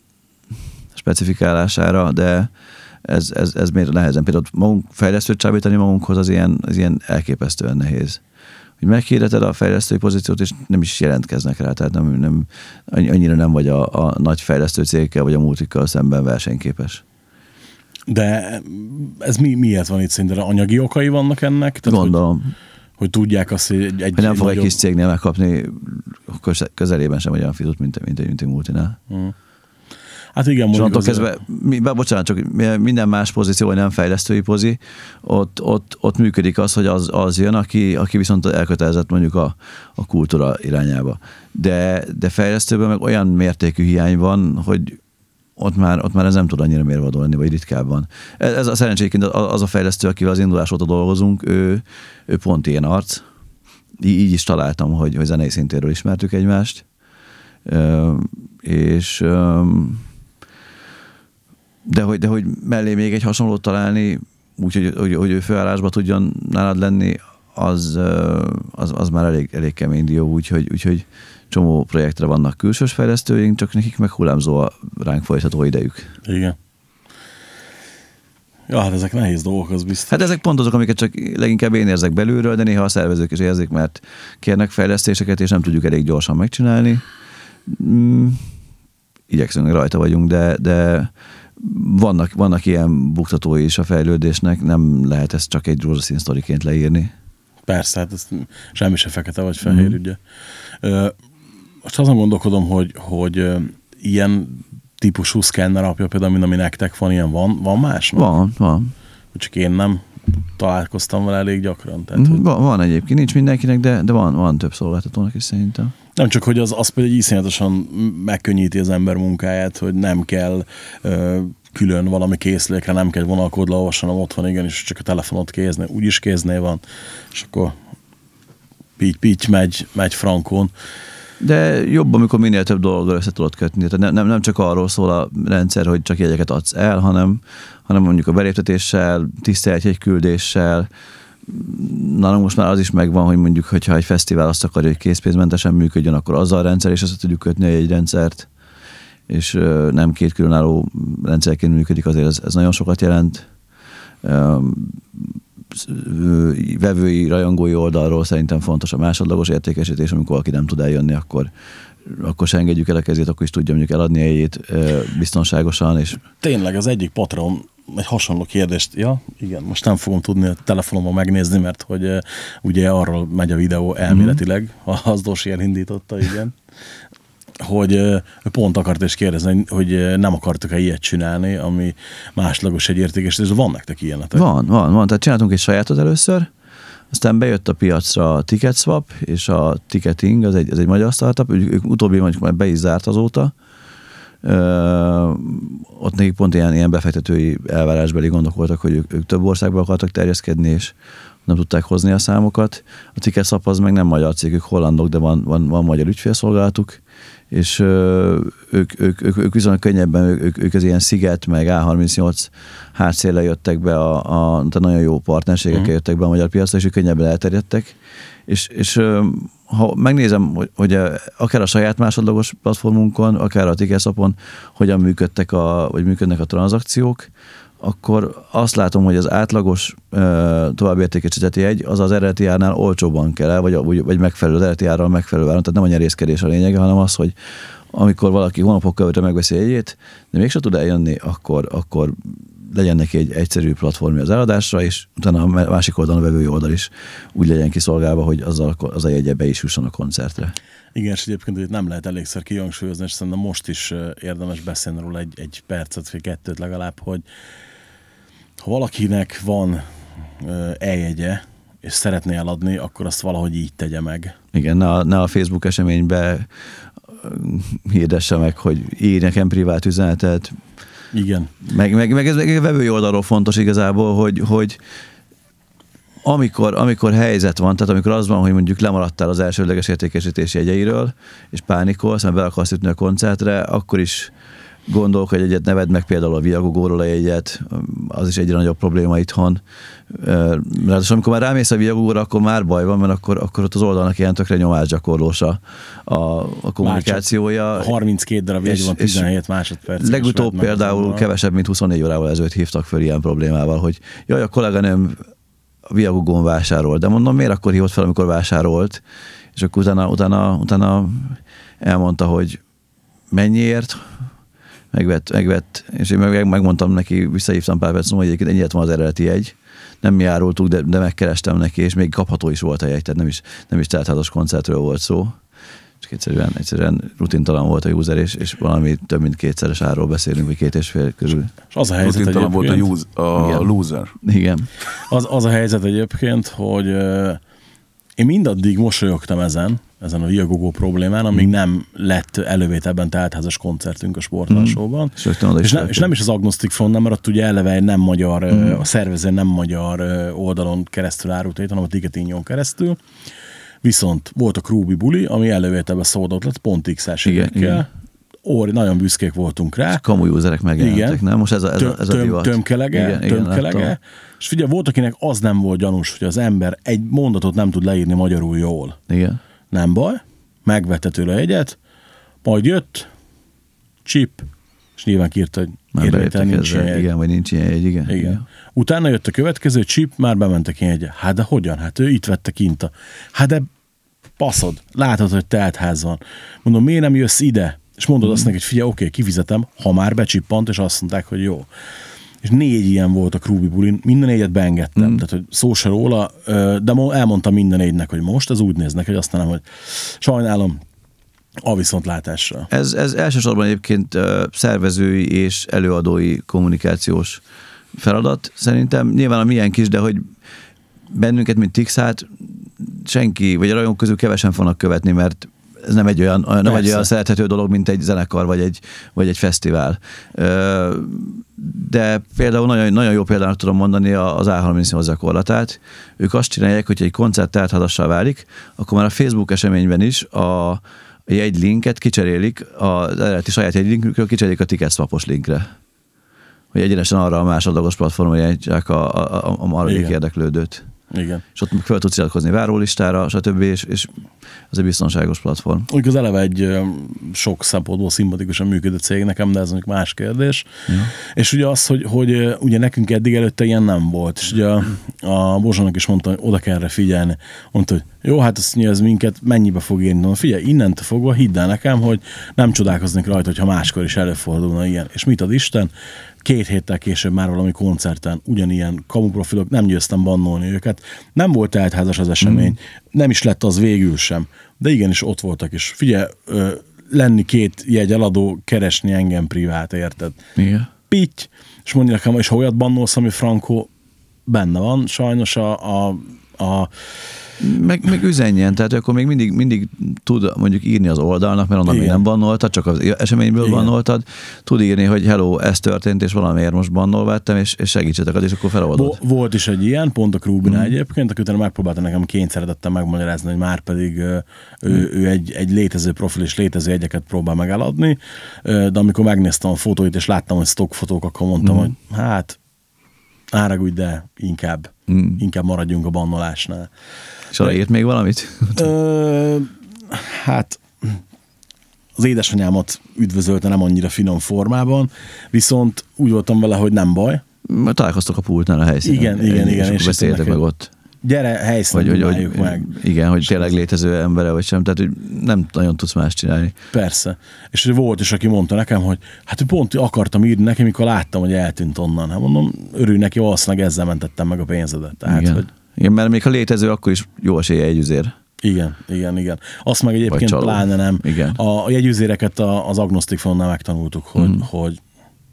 specifikálására, de ez, ez, ez miért nehezen. Például magunk fejlesztőt csábítani magunkhoz az ilyen, az ilyen elképesztően nehéz. hogy meghirdeted a fejlesztői pozíciót, és nem is jelentkeznek rá, tehát nem, nem, annyira nem vagy a, a nagy fejlesztő cégekkel, vagy a multikkal szemben versenyképes. De ez mi, miért van itt szinte? Anyagi okai vannak ennek? Tehát, Gondolom. Hogy, hogy tudják azt, hogy egy... egy hogy nem fog nagyobb... egy kis cégnél megkapni közelében sem olyan fizut, mint, mint, mint egy multinál. Hmm. Hát igen, mondjuk az... kezdve, mi, bocsánat, csak minden más pozíció, vagy nem fejlesztői pozi, ott, ott, ott működik az, hogy az, az jön, aki, aki viszont elkötelezett mondjuk a, a kultúra irányába. De, de fejlesztőben meg olyan mértékű hiány van, hogy ott már, ott már ez nem tud annyira mérvadó lenni, vagy ritkábban. Ez, ez a szerencséként az a fejlesztő, akivel az indulás óta dolgozunk, ő, ő pont ilyen arc. Így, így is találtam, hogy, hogy zenei szintéről ismertük egymást. Ö, és de hogy, de hogy mellé még egy hasonlót találni, úgyhogy hogy, hogy ő főállásba tudjon nálad lenni, az, az, az már elég, elég kemény dió, úgyhogy, úgyhogy csomó projektre vannak külsős fejlesztőink, csak nekik meg hullámzó a ránk folytató idejük. Igen. Ja, hát ezek nehéz dolgok, az biztos. Hát ezek pont azok, amiket csak leginkább én érzek belülről, de néha a szervezők is érzik, mert kérnek fejlesztéseket, és nem tudjuk elég gyorsan megcsinálni. Mm, igyekszünk, rajta vagyunk, de, de vannak, vannak ilyen buktatói is a fejlődésnek, nem lehet ezt csak egy rózsaszín sztoriként leírni. Persze, hát ez semmi se fekete vagy fehér, mm. ugye. Most azon gondolkodom, hogy, hogy ilyen típusú szkenner apja például, mint ami nektek van, ilyen van, van más? Van, van. Csak én nem találkoztam vele elég gyakran. Tehát, hogy... van, van egyébként, nincs mindenkinek, de, de van, van több szolgáltatónak is szerintem. Nem csak, hogy az, az például iszonyatosan megkönnyíti az ember munkáját, hogy nem kell ö, külön valami készülékre, nem kell vonalkódra olvassanom, ott van igenis, csak a telefonot kéznél, úgyis kéznél van, és akkor pitty-pitty megy, megy frankón. De jobb, amikor minél több dologgal össze tudod kötni. Tehát nem, nem csak arról szól a rendszer, hogy csak jegyeket adsz el, hanem, hanem mondjuk a beléptetéssel, tisztelt jegyküldéssel. Nálunk most már az is megvan, hogy mondjuk, hogyha egy fesztivál azt akarja, hogy készpénzmentesen működjön, akkor azzal a rendszer, és össze tudjuk kötni a jegyrendszert, és nem két különálló rendszerként működik, azért ez, ez nagyon sokat jelent. Vevői, rajongói oldalról szerintem fontos a másodlagos értékesítés, amikor valaki nem tud eljönni, akkor, akkor se engedjük el a kezét, akkor is tudja mondjuk eladni a jegyét biztonságosan. És... Tényleg az egyik patron egy hasonló kérdést, ja, igen, most nem fogom tudni a telefonomon megnézni, mert hogy ugye arról megy a videó elméletileg, az Dosi elindította, igen, hogy pont akart is kérdezni, hogy nem akartok-e ilyet csinálni, ami másodlagos egy értékesítés, de van nektek ilyenetek? Van, van, van. Tehát csináltunk egy sajátot először, aztán bejött a piacra a TicketSwap és a Ticketing, az egy, az egy magyar startup, ők utóbbi mondjuk már be is zárt azóta. Ö, ott nekik pont ilyen, ilyen befektetői elvárásbeli gondok voltak, hogy ők, ők több országba akartak terjeszkedni, és nem tudták hozni a számokat. A TicketSwap az meg nem magyar cég, ők hollandok, de van, van, van magyar ügyfélszolgálatuk, és ö, ők, ők, ők, ők viszont könnyebben, ők, ők az ilyen Sziget, meg á harmincnyolc hátszéllel jöttek be, a, a, nagyon jó partnerségekkel mm. jöttek be a magyar piacra, és ők könnyebben elterjedtek. És, és ö, ha megnézem, hogy, hogy akár a saját másodlagos platformunkon, akár a TicketSwapon hogyan működtek a, vagy működnek a tranzakciók, akkor azt látom, hogy az átlagos uh, továbbértékesített jegy az az eredeti árnál olcsóbban kell el, vagy, vagy megfelelő, az eredeti árral megfelelő áron. Tehát nem a nyerészkedés a lényege, hanem az, hogy amikor valaki hónapokkal ötre megveszi jegyét, de mégsem tud eljönni, akkor, akkor legyen neki egy egyszerű platformja az eladásra, és utána a másik oldalon a vevői oldal is úgy legyen kiszolgálva, hogy azzal, az a jegye be is jusson a koncertre. Igen, és egyébként hogy nem lehet elégszer kihangsúlyozni, és szerintem most is érdemes beszélni róla egy, egy percet, vagy kettőt legalább, hogy ha valakinek van e-jegye, és szeretné eladni, akkor azt valahogy így tegye meg. Igen, ne a, ne a Facebook eseménybe hirdesse meg, hogy írj nekem privát üzenetet. Igen. Meg, meg, meg ez meg a vevői oldalról fontos igazából, hogy, hogy amikor, amikor helyzet van, tehát amikor az van, hogy mondjuk lemaradtál az elsődleges értékesítési jegyeiről, és pánikolsz, mert be akarsz ütni a koncertre, akkor is gondolok, hogy egyet ne vedd meg például a Viagogóról a jegyet, az is egyre nagyobb probléma itthon. Ráadásul amikor már rámész a Viagogóra, akkor már baj van, mert akkor, akkor ott az oldalnak ilyen tökre nyomásgyakorlós a, a, a kommunikációja. harminckét darab jegy van, tizenhét másodperc. Legutóbb például kevesebb, mint huszonnégy órával ezelőtt hívtak föl ilyen problémával, hogy jaj, a kolléganőm Viagogon vásárol. De mondom, miért akkor hívott fel, amikor vásárolt? És akkor utána, utána, utána elmondta, hogy mennyiért, megvett, megvett, és én meg, megmondtam neki, visszahívtam pár perc, hogy egyébként ennyit van az eredeti jegy. Nem mi járultuk, de, de megkerestem neki, és még kapható is volt a jegy, tehát nem is, nem is teltházas koncertről volt szó. Csak egyszerűen, egyszerűen rutintalan volt a user, és, és valami több mint kétszeres árról beszélünk, vagy két és fél körül. És az a helyzet rutintalan volt a, egyébként, use, a Igen. loser. Igen. az, az a helyzet egyébként, hogy uh, én mindaddig mosolyogtam ezen, ezen a Viagogo problémán, amíg mm. nem lett elővételben teltházas koncertünk a Sportalsóban. Mm. És, és, és, nem, és nem is az Agnostic Frontnál, mert ott ugye eleve egy nem magyar, mm. a szervező nem magyar oldalon keresztül árult, hanem a Ticketingyon keresztül. Viszont volt a Krúbi buli, ami elővételben sold out lett, pont X-es évekkel. Óri, nagyon büszkék voltunk rá. Kamu userek megjelentek, nem? Most ez a, ez a, ez a divat. Tömkelege, igen, tömkelege. Igen, és figyelj, volt, akinek az nem volt gyanús, hogy az ember egy mondatot nem tud leírni magyarul jól. Igen. Nem baj, megvette tőle egyet, majd jött, chip, és nyilván kiírta, hogy érvételen nincs ilyen. Igen, vagy nincs ilyen egy, igen. igen. igen. Utána jött a következő chip, már bementek ilyen egyet. Hát de hogyan? Hát ő itt vette kint a... Hát de baszod, látod, hogy teltház van. Mondom, miért nem jössz ide? És mondod mm. azt neki, hogy figyelj, oké, kifizetem, ha már becsippant, és azt mondták, hogy jó. És négy ilyen volt a Krúbi bulin, minden négyet beengedtem, mm. tehát hogy szó se róla, de elmondtam minden négynek, hogy most ez úgy néznek, hogy azt nem, hogy sajnálom, a viszontlátásra. Ez, ez elsősorban egyébként szervezői és előadói kommunikációs feladat. Szerintem nyilván a milyen kis, de hogy bennünket, mint Tixát, senki, vagy a rajongók közül kevesen fognak követni, mert ez nem egy olyan, nem egy olyan szerethető dolog, mint egy zenekar, vagy egy, vagy egy fesztivál. De például nagyon, nagyon jó például tudom mondani az á harmincnyolc gyakorlatát. Ők azt csinálják, hogy egy koncert teltházassá válik, akkor már a Facebook eseményben is a jegylinket kicserélik, az eredeti saját jegylinkről kicserélik a Ticketswapos linkre. Hogy egyenesen arra a másodlagos platformra jelentják a, a, a, a maradék érdeklődőt. Igen. És ott fel tudsz iratkozni várólistára, stb. És, és ez egy biztonságos platform. Úgy az eleve egy sok szempontból szimpatikusan működő cég nekem, de ez mondjuk más kérdés. Ja. És ugye az, hogy, hogy ugye nekünk eddig előtte ilyen nem volt. És ugye a, a Bozsónak is mondta, hogy oda kell erre figyelni. Mondta, hogy jó, hát azt nyilván ez minket mennyibe fog érni. Mondta, figyelj, innentől fogva hidd el nekem, hogy nem csodálkoznék rajta, hogyha máskor is előfordulna ilyen. És mit ad Isten? Két héttel később már valami koncerten ugyanilyen kamuprofilok, nem győztem bannolni őket. Nem volt teltházas az esemény, mm. nem is lett az végül sem. De igenis ott voltak is. Figyelj, ö, lenni két jegyeladó, keresni engem privát, érted? Igen. Pitty, és mondja nekem, és ha olyat bannolsz, ami Franco benne van, sajnos a, a, a Meg, meg üzenjen, tehát akkor még mindig, mindig tud mondjuk írni az oldalnak, mert onnan még nem bannoltad, csak az eseményből igen. bannoltad. Tud írni, hogy hello, ez történt, és valamiért most bannolváltam, és, és segítsetek, és akkor feloldod. Volt is egy ilyen, pont a Krúbinál mm. egyébként, aki utána megpróbálta nekem kényszeretettem megmagyarázni, hogy már pedig ő, mm. ő egy, egy létező profil és létező jegyeket próbál megeladni, de amikor megnéztem a fotóit, és láttam, hogy stockfotók, akkor mondtam, mm. hogy hát áragudj, de inkább, mm. inkább maradjunk a bannolásnál. És arra írt még valamit? Ö, hát az édesanyámat üdvözölte nem annyira finom formában, viszont úgy voltam vele, hogy nem baj. Mert találkoztok a pultnál a helyszínen. Igen, igen, igen. És beszéltek meg ott. Gyere, helyszínen próbáljuk meg. Igen, hogy tényleg létező embere vagy sem, tehát hogy nem nagyon tudsz más csinálni. Persze. És volt is, aki mondta nekem, hogy hát pont akartam írni neki, mikor láttam, hogy eltűnt onnan. Hát mondom, örülj neki, valószínűleg ezzel mentettem meg a pénzedet. Tehát, igen. Hogy... igen, mert még ha létező, akkor is jó esélye egy üzér. Igen, igen, igen. Azt meg egyébként pláne nem. Igen. A jegyüzéreket az Agnostic Frontnál megtanultuk, hogy, mm. hogy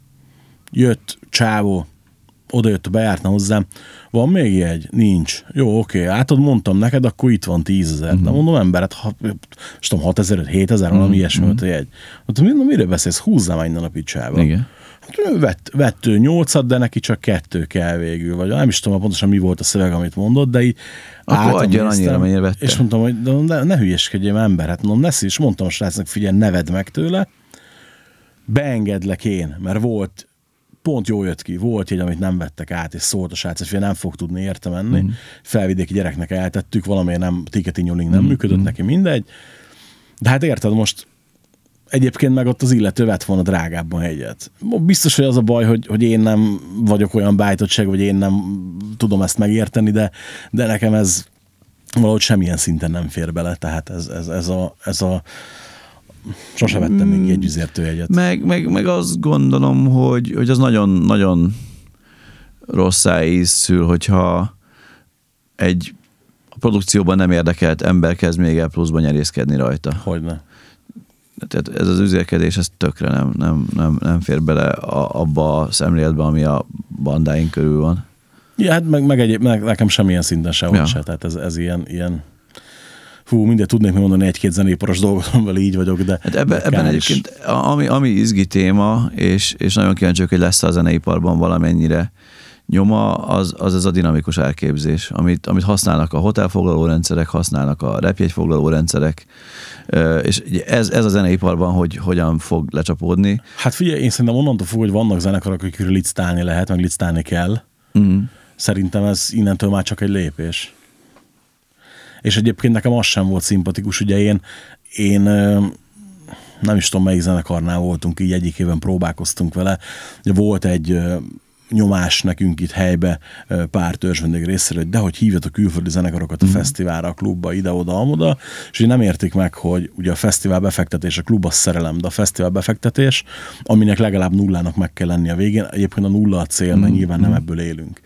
jött csávó, oda jött, bejártna hozzám, van még jegy? Nincs. Jó, oké, átad mondtam neked, akkor itt van tízezer. Mm. Nem mondom, emberet, ha, tudom, hatezer, hétezer, valami mm. ilyesmi volt a jegy. Mondtam, miről beszélsz? Húzzám egy napit csába. Igen. Hát, vett, vett ő nyolcat, de neki csak kettő kell végül, vagy nem is tudom pontosan mi volt a szöveg, amit mondott, de így akkor adjon annyira, mennyire vette. És mondtam, hogy de ne, ne hülyeskedjél ember, hát mondom, ne szíves, mondtam a srácnak, figyelj, neved meg tőle, beengedlek én, mert volt, pont jól jött ki, volt egy, amit nem vettek át, és szólt a srác, hogy nem fog tudni érte menni, mm. felvidéki gyereknek eltettük, valamiért nem, ticketing link nem mm. működött mm. neki, mindegy, de hát érted, most egyébként meg ott az illető vett volna drágábban egyet. Biztos, hogy az a baj, hogy, hogy én nem vagyok olyan bájtottság, vagy én nem tudom ezt megérteni, de, de nekem ez valahogy semmilyen szinten nem fér bele, tehát ez, ez, ez, a, ez a sose vettem még egy jegyüzértőjegyet. Meg, meg, meg azt gondolom, hogy, hogy az nagyon-nagyon rosszá ízszül, hogyha egy a produkcióban nem érdekelt ember kezd még el pluszban nyerészkedni rajta. Hogyne. Tehát ez az üzélkedés, ez tökre nem, nem, nem, nem fér bele a, abba a szemléletbe, ami a bandáink körül van. Ja, hát meg, meg, egy, meg nekem semmilyen szinten sem Ja. ja. se, tehát ez, ez ilyen, ilyen hú, mindent tudnék még mondani egy-két zenéparos dolgot, amivel így vagyok, de... Hát ebbe, de ebben kár is. egyébként, ami, ami izgi téma, és, és nagyon kíváncsi vagyok, hogy lesz a zeneiparban valamennyire nyoma, az, az ez a dinamikus elképzés, amit, amit használnak a hotelfoglaló rendszerek, használnak a repjegyfoglaló rendszerek, és ez, ez a zeneiparban, hogy hogyan fog lecsapódni. Hát figyelj, én szerintem onnantól fog, hogy vannak zenekarok, akikről licitálni lehet, meg licitálni kell. Mm. Szerintem ez innentől már csak egy lépés. És egyébként nekem az sem volt szimpatikus, ugye én, én nem is tudom, melyik zenekarnál voltunk, így egyik éven próbálkoztunk vele. Ugye volt egy nyomás nekünk itt helybe pár törzsvendég részéről, hogy dehogy hívjatok külföldi zenekarokat a mm. fesztiválra, a klubba, ide-oda, amoda, és így nem értik meg, hogy ugye a fesztivál befektetés, a klub az szerelem, de a fesztivál befektetés, aminek legalább nullának meg kell lenni a végén. Egyébként a nulla a cél, mert mm. nyilván nem ebből élünk.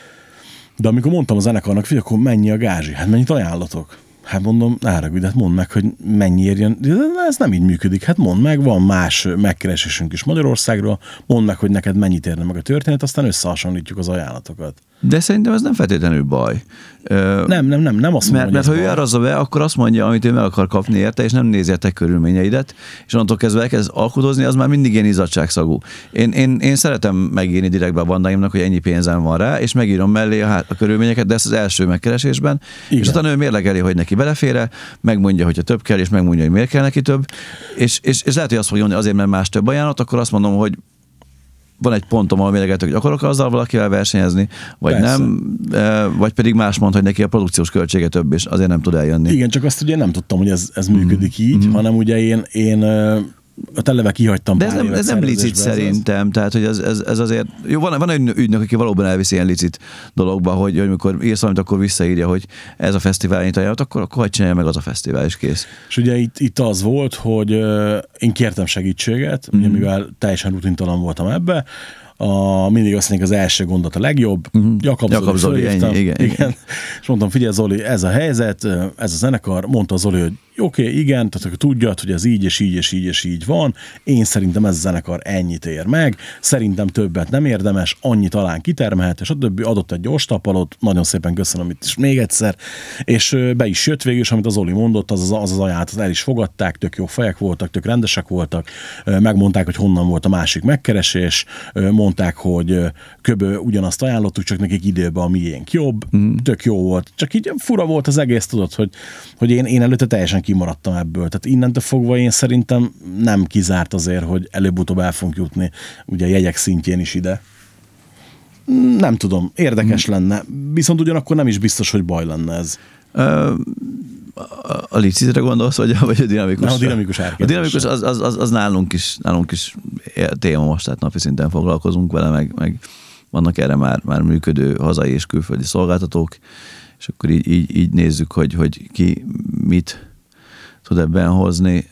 De amikor mondtam a zenekarnak, hogy akkor mennyi a gázsi, hát mennyit ajánlatok? Hát mondom, áragudj, hát mondd meg, hogy mennyiért jön. De ez nem így működik. Hát mondd meg, van más megkeresésünk is Magyarországról, mondd meg, hogy neked mennyit érne meg a történet, aztán összehasonlítjuk az ajánlatokat. De szerintem ez nem feltétlenül baj. Ö, nem, nem, nem, nem azt mondom, Mert, mert ha ő árazza be, akkor azt mondja, amit ő meg akar kapni érte, és nem nézi a te körülményeidet, és onnantól kezdve elkezd alkudozni, az már mindig ilyen izzadságszagú. Én, én, én szeretem megírni direktbe a bandáimnak, hogy ennyi pénzem van rá, és megírom mellé a, a körülményeket, de ezt az első megkeresésben, igen. És utána ő mérlegeli, hogy neki belefér, megmondja, hogyha több kell, és megmondja, hogy miért kell neki több, és, és, és lehet, hogy azt fogja mondani, azért, mert más több ajánlat, akkor azt mondom, hogy van egy pontom, ahol mérlegeltek, hogy akarok azzal valakivel versenyezni, vagy Persze. nem, vagy pedig más mond, hogy neki a produkciós költsége több, és azért nem tud eljönni. Igen, csak azt ugye nem tudtam, hogy ez, ez működik mm. így, mm. hanem ugye én, én a eleve kihagytam. De ez nem, ez nem licit szerintem, tehát hogy ez, ez, ez azért, jó, van, van egy ügynök, aki valóban elviszi ilyen licit dologba, hogy, hogy amikor írsz valamit, akkor visszaírja, hogy ez a fesztivál ennyit ajánlott, akkor, akkor hagyd csinálja meg az a fesztivál, és kész. És ugye itt, itt az volt, hogy uh, én kértem segítséget, mm. ugye, mivel teljesen rutintalan voltam ebbe, A, mindig azt mondják, az első gondot a legjobb. Uh-huh. Jakab, Jakab Zoli, Zoli ennyi, igen, igen. igen. És mondtam, figyelj Zoli, ez a helyzet, ez a zenekar. Mondta Zoli, hogy oké, okay, igen, tehát hogy tudjad, hogy ez így és így és így és így van. Én szerintem ez a zenekar ennyit ér meg. Szerintem többet nem érdemes, annyi talán kitermelhet, és a többi adott egy gyors tapalot. Nagyon szépen köszönöm itt is még egyszer. És be is jött végül, és amit a Zoli mondott, az az, az, az ajánlatot el is fogadták, tök jó fejek voltak, tök rendesek voltak. Megmondták, hogy honnan volt a másik megkeresés. Mondták, hogy köbö ugyanazt ajánlottuk, csak nekik időben a miénk jobb. Mm. Tök jó volt. Csak így fura volt az egész, tudod, hogy, hogy én, én előtte teljesen kimaradtam ebből. Tehát innentől fogva én szerintem nem kizárt azért, hogy előbb-utóbb el fogunk jutni ugye a jegyek szintjén is ide. Nem tudom, érdekes mm. lenne. Viszont ugyanakkor nem is biztos, hogy baj lenne ez. Uh, a licitre gondolsz, vagy, vagy a dinamikus? Nem, a dinamikus árképzés. A dinamikus az, az, az, az nálunk is, nálunk is téma most, tehát napi szinten foglalkozunk vele, meg, meg vannak erre már, már működő hazai és külföldi szolgáltatók, és akkor így, így, így nézzük, hogy, hogy ki mit tud ebben hozni.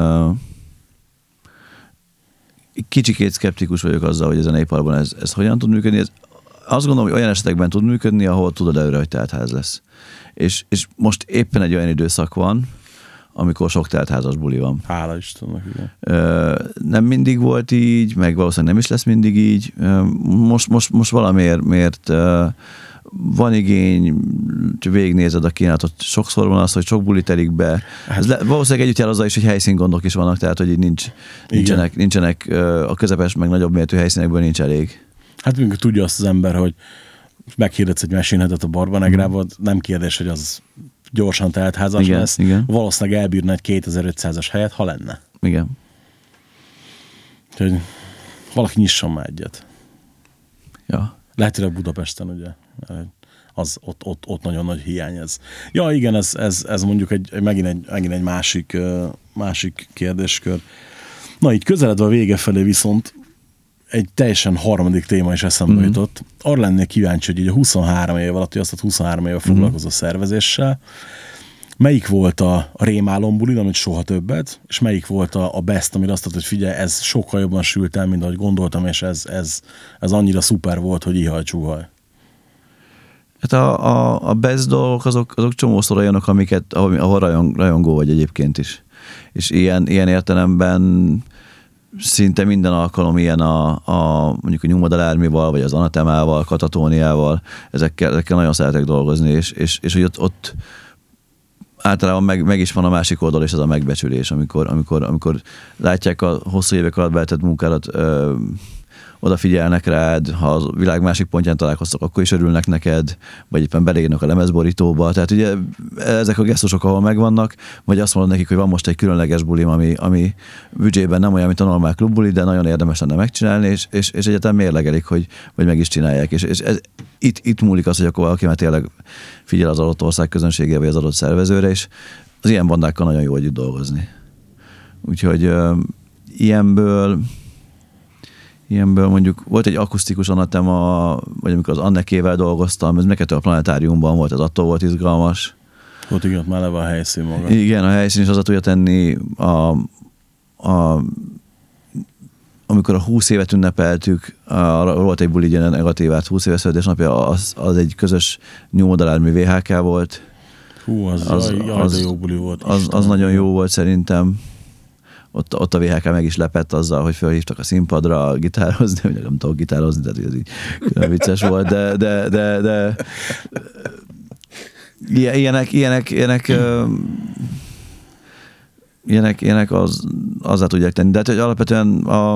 Kicsikét szkeptikus vagyok azzal, hogy a zeneiparban ez, ez hogyan tud működni. Ez azt gondolom, hogy olyan esetekben tud működni, ahol tudod előre, hogy teltház lesz. És, és most éppen egy olyan időszak van, amikor sok teltházas buli van. Hála Istennek, igen. Nem mindig volt így, meg valószínűleg nem is lesz mindig így. Most, most, most valamiért miért van igény, végignézed a kínálatot, sokszor van az, hogy sok buli telik be. Ez le, valószínűleg együtt jár azzal is, hogy helyszíngondok is vannak, tehát hogy így nincs, nincsenek, nincsenek a közepes, meg nagyobb méretű helyszínekből nincs elég. Hát mondjuk tudja azt az ember, hogy meghirdetsz egy mesényhetet a Barbanegrában, nem kérdés, hogy az gyorsan teltházas igen, lesz. Igen. Valószínűleg elbírna egy kétezer-ötszázas helyet, ha lenne. Igen. Úgyhogy valaki nyisson már egyet. Ja. Lehetőleg Budapesten, ugye. Az, ott, ott, ott nagyon nagy hiány ez. Ja, igen, ez, ez, ez mondjuk egy, megint, egy, megint egy másik, másik kérdéskör. Na így közeledve a vége felé viszont egy teljesen harmadik téma is eszembe mm. jutott. Arra lennék kíváncsi, hogy így a huszonhárom év alatt, hogy azt a huszonhárom éve foglalkozó mm. szervezéssel, melyik volt a, a rémálom bulid, amit soha többet, és melyik volt a, a best, amire azt mondta, hogy figyelj, ez sokkal jobban sült el, mint ahogy gondoltam, és ez, ez, ez annyira szuper volt, hogy ihaj csúhaj. Hát a, a, a best dolgok azok, azok csomószor olyanok, amiket, ahol rajong, rajongó vagy egyébként is. És ilyen, ilyen értelemben szinte minden alkalom ilyen a, a mondjuk a New Model Army-val, vagy az Anathemával, Katatóniával, ezekkel, ezekkel nagyon szeretek dolgozni, és, és, és hogy ott, ott általában meg, meg is van a másik oldal, és ez a megbecsülés, amikor, amikor, amikor látják a hosszú évek alatt beletett munkádat, ö, odafigyelnek rád, ha a világ másik pontján találkoztak, akkor is örülnek neked, vagy éppen beleírnak a lemezborítóba. Tehát ugye ezek a gesztusok, ahol megvannak, vagy azt mondod nekik, hogy van most egy különleges bulim, ami, ami büdzsében nem olyan, mint a normál klubbuli, de nagyon érdemes lenne megcsinálni, és, és, és egyáltalán mérlegelik, hogy, hogy meg is csinálják. És, és ez, itt, itt múlik az, hogy akkor valaki már tényleg figyel az adott ország közönségére, vagy az adott szervezőre, és az ilyen bandákkal nagyon jó együtt dolgozni. Úgyhogy uh, ilyenből Ilyenből mondjuk volt egy akusztikus Anathema, vagy amikor az Annekével dolgoztam, ez neked a Planetáriumban volt, az attól volt izgalmas. Ott igen, már leve a helyszín maga. Igen, a helyszín is az tudja tenni, a, a, amikor a húsz évet ünnepeltük, a, volt egy buli, ilyen negatívát, húsz éves születésnapja, az, az egy közös New Model Army vé há ká volt. Hú, az, az, jaj, jaj, az, jó buli volt. Az, az nagyon jó volt szerintem. Ott, ott a vé há ká meg is lepett azzal, hogy felhívtak a színpadra gitározni, hogy nem tudok gitározni, tehát ez így külön vicces volt, de, de, de, de ilyenek, ilyenek, ilyenek, ilyenek, ilyenek az, azzá tudják tenni. De hát, hogy alapvetően a,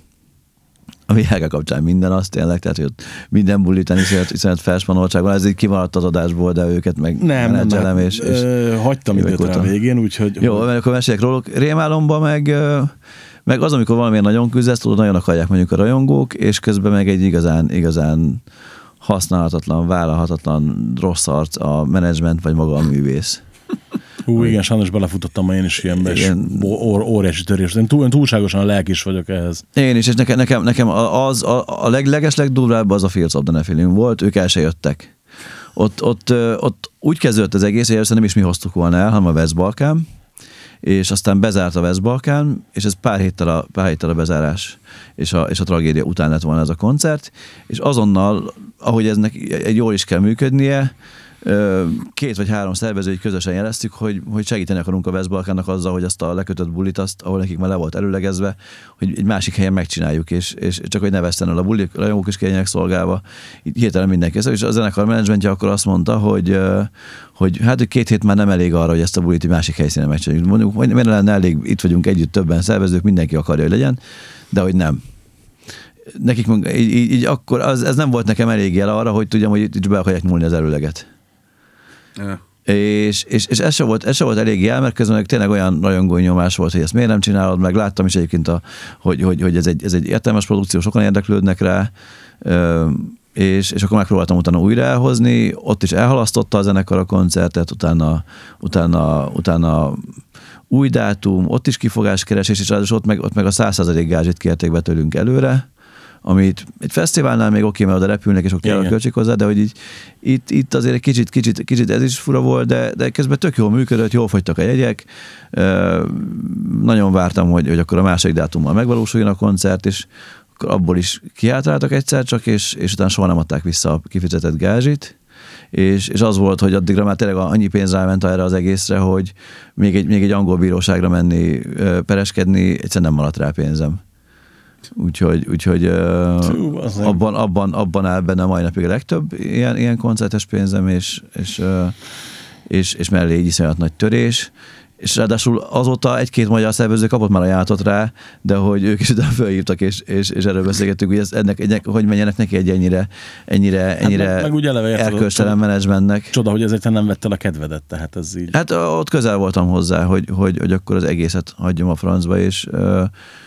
a vé há ká kapcsán minden az tényleg, tehát hogy minden bulitán iszonyat felspanoltság van, ez így kimaradt az adásból, de őket meg nem, menedzselem, nem, és, és ö, hagytam időt rá a végén, úgyhogy... Jó, mert akkor meséljek róluk. Rémálomban meg, meg az, amikor valamilyen nagyon küzdesz, tudod, nagyon akarják mondjuk a rajongók, és közben meg egy igazán, igazán használhatatlan, vállalhatatlan rossz arc a menedzsment, vagy maga a művész. Hú, igen, sajnos belefutottam én is ilyenbe, és ó- óriási törés. Én túl, túlságosan lelkis vagyok ehhez. Én is, és nekem, nekem, nekem az a, a leg, leges legdurvább az a Fields of the Nephilim volt, ők el se jöttek. Ott, ott, ott úgy kezdődött az egész, hogy először nem is mi hoztuk volna el, hanem a West-Balkán, és aztán bezárt a West-Balkán, és ez pár héttel a, pár héttel a bezárás és a, és a tragédia után lett volna ez a koncert, és azonnal, ahogy eznek egy jól is kell működnie, két vagy három szervezői közösen jeleztük, hogy, hogy segíteni akarunk a West-Balkánnak azzal, hogy azt a lekötött bulit, azt, ahol nekik már le volt előlegezve, hogy egy másik helyen megcsináljuk, és, és csak hogy ne veszten el a bulik, a rajongók is kérjenek szolgálva. Így hirtelen mindenki. És a zenekar menedzsmentje akkor azt mondta, hogy, hogy hát hogy két hét már nem elég arra, hogy ezt a bulit egy másik helyszínen megcsináljuk. Mondjuk, hogy miért lenne elég, itt vagyunk együtt többen szervezők, mindenki akarja, hogy legyen, de hogy nem. Nekik így, így, így akkor az, ez nem volt nekem elég jel arra, hogy tudjam, hogy itt be akarják nyúlni az előleget. Ja. És, és, és ez, se volt, ez se volt elég jel, mert közben tényleg olyan rajongói nyomás volt, hogy ezt miért nem csinálod, meg láttam is egyébként, a, hogy, hogy, hogy ez, egy, ez egy értelmes produkció, sokan érdeklődnek rá, és, és akkor megpróbáltam utána újra elhozni, ott is elhalasztotta a zenekar a koncertet, utána, utána, utána új dátum, ott is kifogáskeresés, és ráadásul ott meg, ott meg a száz százalék gázsit kérték be tőlünk előre, amit egy fesztiválnál még oké, mert oda repülnek, és oké, költsik hozzá, de hogy így, itt, itt azért egy kicsit, kicsit, kicsit ez is fura volt, de, de közben tök jól működött, jól fogytak a jegyek. Nagyon vártam, hogy, hogy akkor a második dátummal megvalósuljon a koncert, és akkor abból is kiátráltak egyszer csak, és, és utána soha nem adták vissza a kifizetett gázsit. És, és az volt, hogy addigra már tényleg annyi pénz ráment erre az egészre, hogy még egy, még egy angol bíróságra menni, pereskedni, egyszerűen nem maradt rá pénzem. Úgyhogy, úgyhogy Tú, uh, abban, abban, abban áll benne mai napig a legtöbb ilyen, ilyen koncertes pénzem, és, és, uh, és, és mellé egy iszonyat nagy törés. És ráadásul azóta egy-két magyar szervező kapott már ajánlatot rá, de hogy ők is utána felhívtak, és, és, és erről beszélgettük, hogy, ez, ennek, ennek, hogy menjenek neki egy ennyire, ennyire, ennyire hát meg, meg erkölcstelen menedzsmentnek. Csoda, hogy ezért nem vettel a kedvedet, tehát ez így. Hát ott közel voltam hozzá, hogy, hogy, hogy akkor az egészet hagyjam a francba, és uh,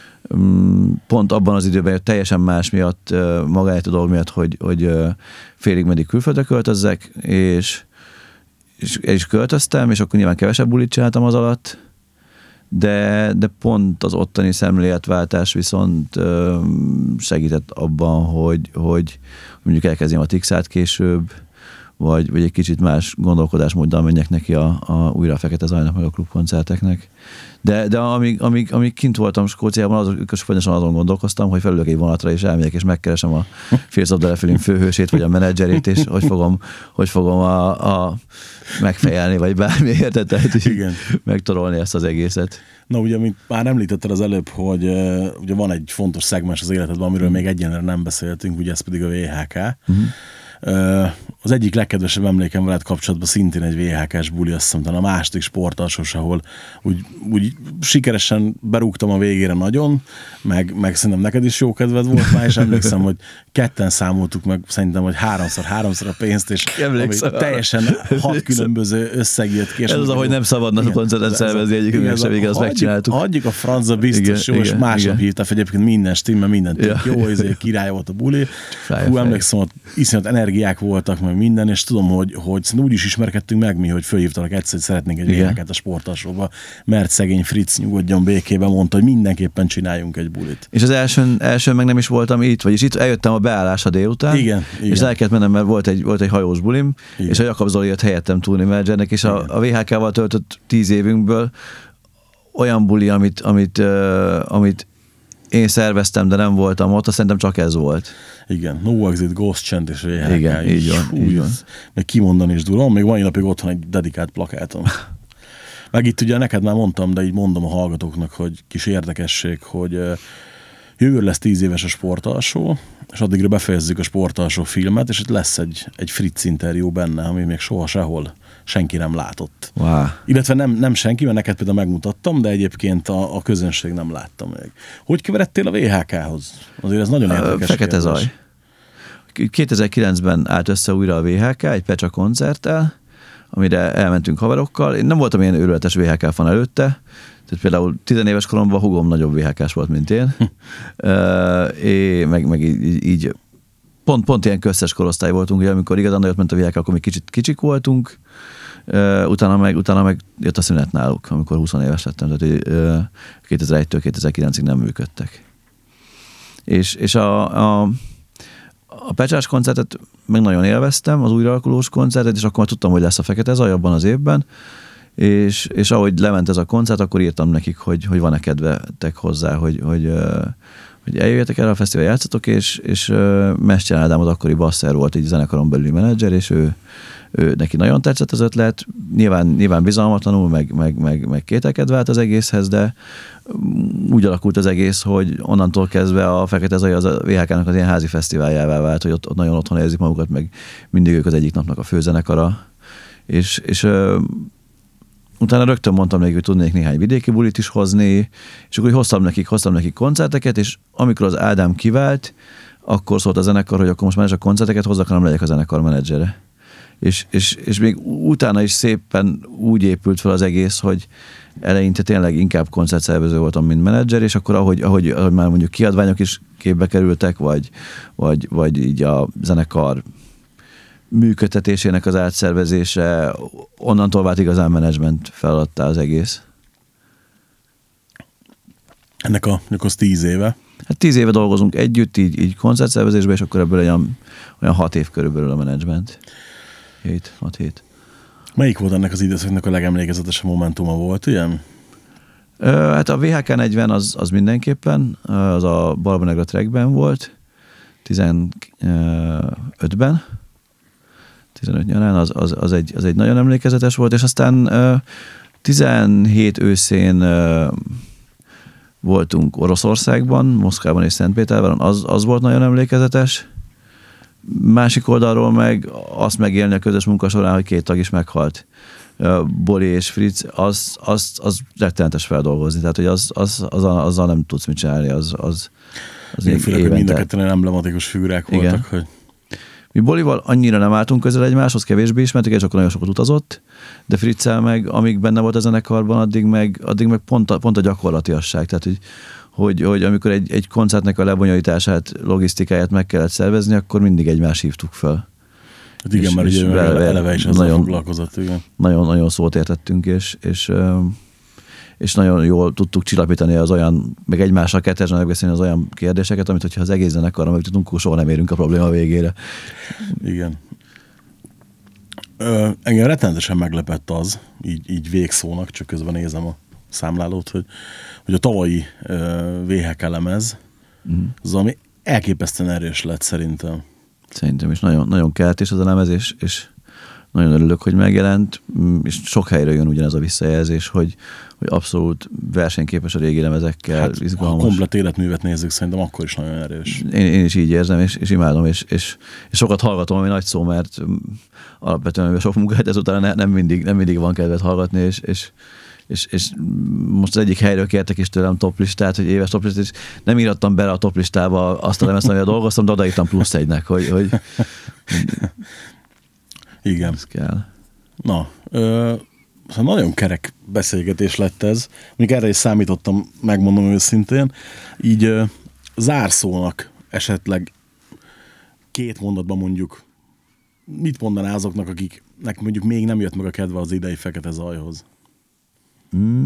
pont abban az időben, hogy teljesen más miatt, magáért a dolog miatt, hogy, hogy félig meddig külföldre költözzek, és, és el is költöztem, és akkor nyilván kevesebb bulit csináltam az alatt, de, de pont az ottani szemléletváltás viszont ö, segített abban, hogy, hogy mondjuk elkezdjem a Tixát később, vagy, vagy egy kicsit más gondolkodásmóddal menjek neki a, a újra a Fekete Zajnak, meg a klubkoncerteknek. De, de amíg, amíg, amíg kint voltam Skóciában, azon, folyamatosan azon gondolkoztam, hogy felülök egy vonatra, és elmegyek, és megkeresem a Fields of the Nephilim főhősét, vagy a menedzserét, és hogy fogom, hogy fogom a, a megfejelni, vagy bármi értetet, megtorolni ezt az egészet. Na ugye, mint már említetted az előbb, hogy uh, ugye van egy fontos szegmens az életedben, amiről még egyenlőre nem beszéltünk, ugye ez pedig a vé há ká. Uh-huh. Uh, az egyik legkedvesebb emlékem veled kapcsolatban szintén egy vé há ká-s buli, azt hiszem, talán a második sportalsos, ahol úgy, úgy sikeresen berúgtam a végére nagyon, meg, meg szerintem neked is jó kedved volt már, és emlékszem, hogy ketten számoltuk meg szerintem, hogy háromszor, háromszor a pénzt, és teljesen hat különböző összeg jött ki. Ez az, ahogy nem szabadna a koncertet szervezni egyikünk sem, igen, azt megcsináltuk. Adjuk a francba, biztos igen, jó, igen, és másnap hívták, egyébként minden stimmel, minden ja. jó, ezért király volt a buli. Hú, emlékszem, hogy iszonyat energiák voltak, meg minden, és tudom, hogy, hogy úgy is ismerkedtünk meg mi, hogy fölhívtalak egyszer, hogy szeretnénk egy vé há ká-t a sportalsóba, mert szegény Fritz nyugodjon békében, mondta, hogy mindenképpen csináljunk egy bulit. És az első, első meg nem is voltam itt, vagyis itt eljöttem a beállásra délután, igen, és igen. el kellett mennem, mert volt egy, volt egy hajós bulim, igen. és a Jakab Zoli jött helyettem túlni menedzsernek, és a, a vé há ká-val töltött tíz évünkből olyan buli, amit, amit, uh, amit én szerveztem, de nem voltam ott, azt szerintem csak ez volt. Igen, No Exit, Ghost Chant és vé há ká. Igen, így van, Fú, így van. Meg kimondani is durva, még mai napig ott van egy dedikált plakátom. Meg itt ugye neked már mondtam, de így mondom a hallgatóknak, hogy kis érdekesség, hogy jövőre lesz tíz éves a sportalsó, és addigra befejezzük a sportalsó filmet, és itt lesz egy, egy Fritz interjú benne, ami még soha sehol senki nem látott. Wow. Illetve nem, nem senki, mert neked például megmutattam, de egyébként a, a közönség nem látta még. Hogy keveredtél a vé há ká-hoz? Azért ez nagyon érdekes. Fekete Zaj. kétezer-kilencben állt össze újra a vé há ká egy Pecsa koncerttel, amire elmentünk haverokkal. Én nem voltam ilyen őrületes vé há ká fan előtte, tehát például tizenéves koromban hugom nagyobb vé há ká-s volt, mint én. uh, é, meg, meg így, így pont, pont ilyen köztes korosztály voltunk, ugye, amikor igazán nagyot ment a vé há ká, akkor még kicsit kicsik voltunk, uh, utána, meg, utána meg jött a szünet náluk, amikor húsz éves lettem, tehát uh, kétezer-egytől kétezer-kilencig nem működtek. És, és a, a A Pecsás koncertet meg nagyon élveztem, az újraalkulós koncertet, és akkor már tudtam, hogy lesz a Fekete Zaj abban az évben, és, és ahogy lement ez a koncert, akkor írtam nekik, hogy, hogy van-e kedvetek hozzá, hogy, hogy, hogy eljöjjetek erre a fesztivál, játszatok, és, és Mester Ádám az akkori basszer volt, egy zenekaron belüli menedzser, és ő, ő neki nagyon tetszett az ötlet, nyilván, nyilván bizalmatlanul, meg, meg, meg, meg kételkedve állt az egészhez, de úgy alakult az egész, hogy onnantól kezdve a Fekete Zaj az a vé há ká-nak az ilyen házi fesztiváljává vált, hogy ott, ott nagyon otthon érzik magukat, meg mindig ők az egyik napnak a főzenekara. És, és uh, utána rögtön mondtam nekik, hogy tudnék néhány vidéki bulit is hozni, és akkor hoztam nekik, hoztam nekik koncerteket, és amikor az Ádám kivált, akkor szólt a zenekar, hogy akkor most már csak koncerteket hozzak, hanem legyek a zenekar menedzsere. És, és, és még utána is szépen úgy épült fel az egész, hogy eleinte tényleg inkább koncertszervező voltam, mint menedzser, és akkor ahogy, ahogy, ahogy már mondjuk kiadványok is képbe kerültek, vagy, vagy, vagy így a zenekar működtetésének az átszervezése, onnantól vált igazán menedzsment feladattá az egész. Ennek a, az tíz éve? Hát tíz éve dolgozunk együtt, így, így koncertszervezésben, és akkor ebből olyan, olyan hat év körülbelül a menedzsment. Hét, hat hét. Melyik volt ennek az időszaknak a legemlékezetesebb momentuma volt, ilyen? Hát a vé há ká negyven az, az mindenképpen, az a Barba Negra trackben volt, tizenötben, tizenöt nyarán, az, az, az, egy, az egy nagyon emlékezetes volt, és aztán tizenhét őszén voltunk Oroszországban, Moszkvában és Szentpéterváron, az, az volt nagyon emlékezetes. Másik oldalról meg azt megélni a közös munka során, hogy két tag is meghalt. Boli és Fritz, az, az, az rettenetes feldolgozni. Tehát, hogy az, az, az, azzal nem tudsz mit csinálni. Az, az, az én főleg, hogy mind a ketten emblematikus figurák voltak. Igen. Hogy... Mi Bolival annyira nem álltunk közel egymáshoz, kevésbé ismertük, és akkor nagyon sokat utazott, de Fritzel meg, amíg benne volt a zenekarban, addig meg, addig meg pont, a, pont a gyakorlatiasság. Tehát, hogy Hogy, hogy amikor egy, egy koncertnek a lebonyolítását, logisztikáját meg kellett szervezni, akkor mindig egymást hívtuk fel. Hát igen, és, mert ugye eleve, eleve is ezzel foglalkozott. Igen. Nagyon-nagyon szót értettünk, és, és, és nagyon jól tudtuk csillapítani az olyan, meg egymással kettesen megbeszélni az olyan kérdéseket, amit hogyha az egész zenekarra meg tudunk, akkor soha nem érünk a probléma végére. Igen. Ö, engem rettenetesen meglepett az, így, így végszónak, csak közben nézem a számlálót, hogy, hogy a tavalyi ö, vé há ká lemez, mm. az ami elképesztően erős lett szerintem. Szerintem is nagyon, nagyon keltés az a lemez, és, és nagyon örülök, hogy megjelent, és sok helyről jön ugyanez a visszajelzés, hogy, hogy abszolút versenyképes a régi lemezekkel, hát, izgalmas. Ha komplet életművet nézzük, szerintem akkor is nagyon erős. Én, én is így érzem, és, és imádom, és, és, és sokat hallgatom, ami nagy szó, mert alapvetően sok munkát ezután ne, nem, mindig, nem mindig van kedvet hallgatni, és, és És, és most az egyik helyről kértek is tőlem toplistát, hogy éves toplistát, és nem írattam bele a toplistába azt a lemezt, amivel dolgoztam, de odaírtam plusz egynek, hogy, hogy igen. Ez kell. Na, ö, szóval nagyon kerek beszélgetés lett ez. Még erre is számítottam, megmondom őszintén. Így ö, zárszónak esetleg két mondatban mondjuk, mit mondaná azoknak, akiknek mondjuk még nem jött meg a kedve az idei Fekete Zajhoz? Mm.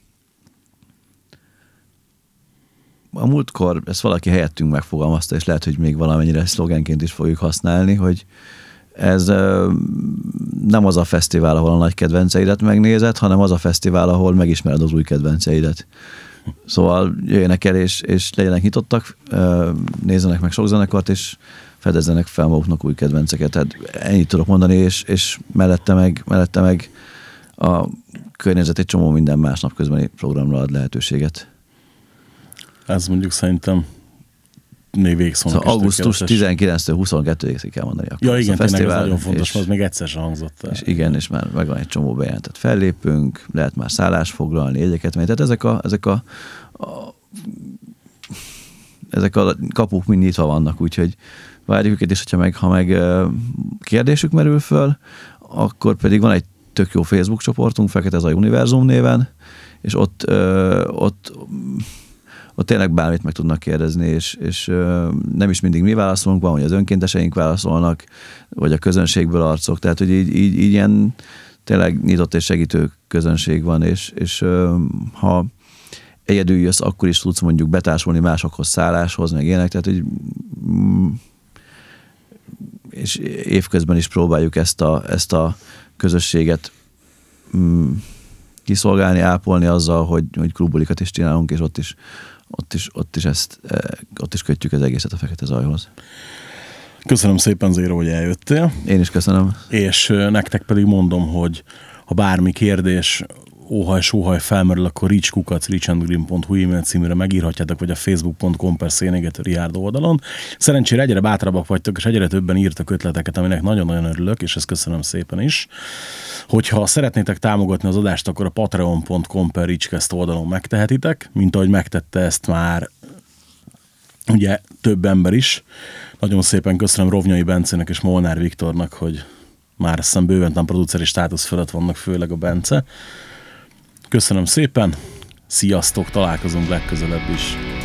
A múltkor ezt valaki helyettünk megfogalmazta, és lehet, hogy még valamennyire szlogenként is fogjuk használni, hogy ez ö, nem az a fesztivál, ahol a nagy kedvenceidet megnézed, hanem az a fesztivál, ahol megismered az új kedvenceidet. Szóval jöjjenek el, és, és legyenek nyitottak, ö, nézzenek meg sok zenekart, és fedezzenek fel maguknak új kedvenceket. Tehát ennyit tudok mondani, és, és mellette meg, mellette meg a környezet egy csomó minden másnap közbeni programra ad lehetőséget. Ez mondjuk szerintem még végszónak szóval augusztus tizenkilencedikétől huszonkettedikéig kell mondani. Akkor ja igen, tényleg ez nagyon fontos, és, az még egyszer sem hangzott el. És igen, és már megvan egy csomó bejelentett fellépünk, lehet már szállást foglalni, jegyeket menni. Tehát ezek a, ezek a, a ezek a kapuk mind nyitva vannak, úgyhogy várjuk őket, és hogyha meg, ha meg kérdésük merül föl, akkor pedig van egy tök jó Facebook csoportunk, Fekete Zaj Univerzum néven, és ott, ö, ott, ott tényleg bármit meg tudnak kérdezni, és, és ö, nem is mindig mi válaszolunk, van, hogy az önkénteseink válaszolnak, vagy a közönségből arcok, tehát hogy így, így, így ilyen tényleg nyitott és segítő közönség van, és, és ö, ha egyedül jössz, akkor is tudsz mondjuk betársulni másokhoz, szálláshoz, meg ilyenek, tehát hogy mm, és évközben is próbáljuk ezt a, ezt a közösséget mm, kiszolgálni, ápolni azzal, hogy, hogy klubulikat is csinálunk, és ott is, ott is, ott is ezt, ott is kötjük az egészet a Fekete Zajhoz. Köszönöm szépen, Zéro, hogy eljöttél. Én is köszönöm. És nektek pedig mondom, hogy ha bármi kérdés, óhaj, sóhaj felmerül, akkor reachkukac reachandgreen pont hu e-mail címűre megírhatjátok, vagy a facebook pont com per Szénégető Richárd oldalon. Szerencsére egyre bátrabbak vagytok, és egyre többen írtak ötleteket, aminek nagyon-nagyon örülök, és ezt köszönöm szépen is. Hogyha szeretnétek támogatni az adást, akkor a patreon pont com per reachcast oldalon megtehetitek, mint ahogy megtette ezt már ugye több ember is. Nagyon szépen köszönöm Rovnyai Bencének és Molnár Viktornak, hogy már azt hiszem bőven produceri státusz fölött vannak, főleg a Bence. Köszönöm szépen, sziasztok, találkozunk legközelebb is.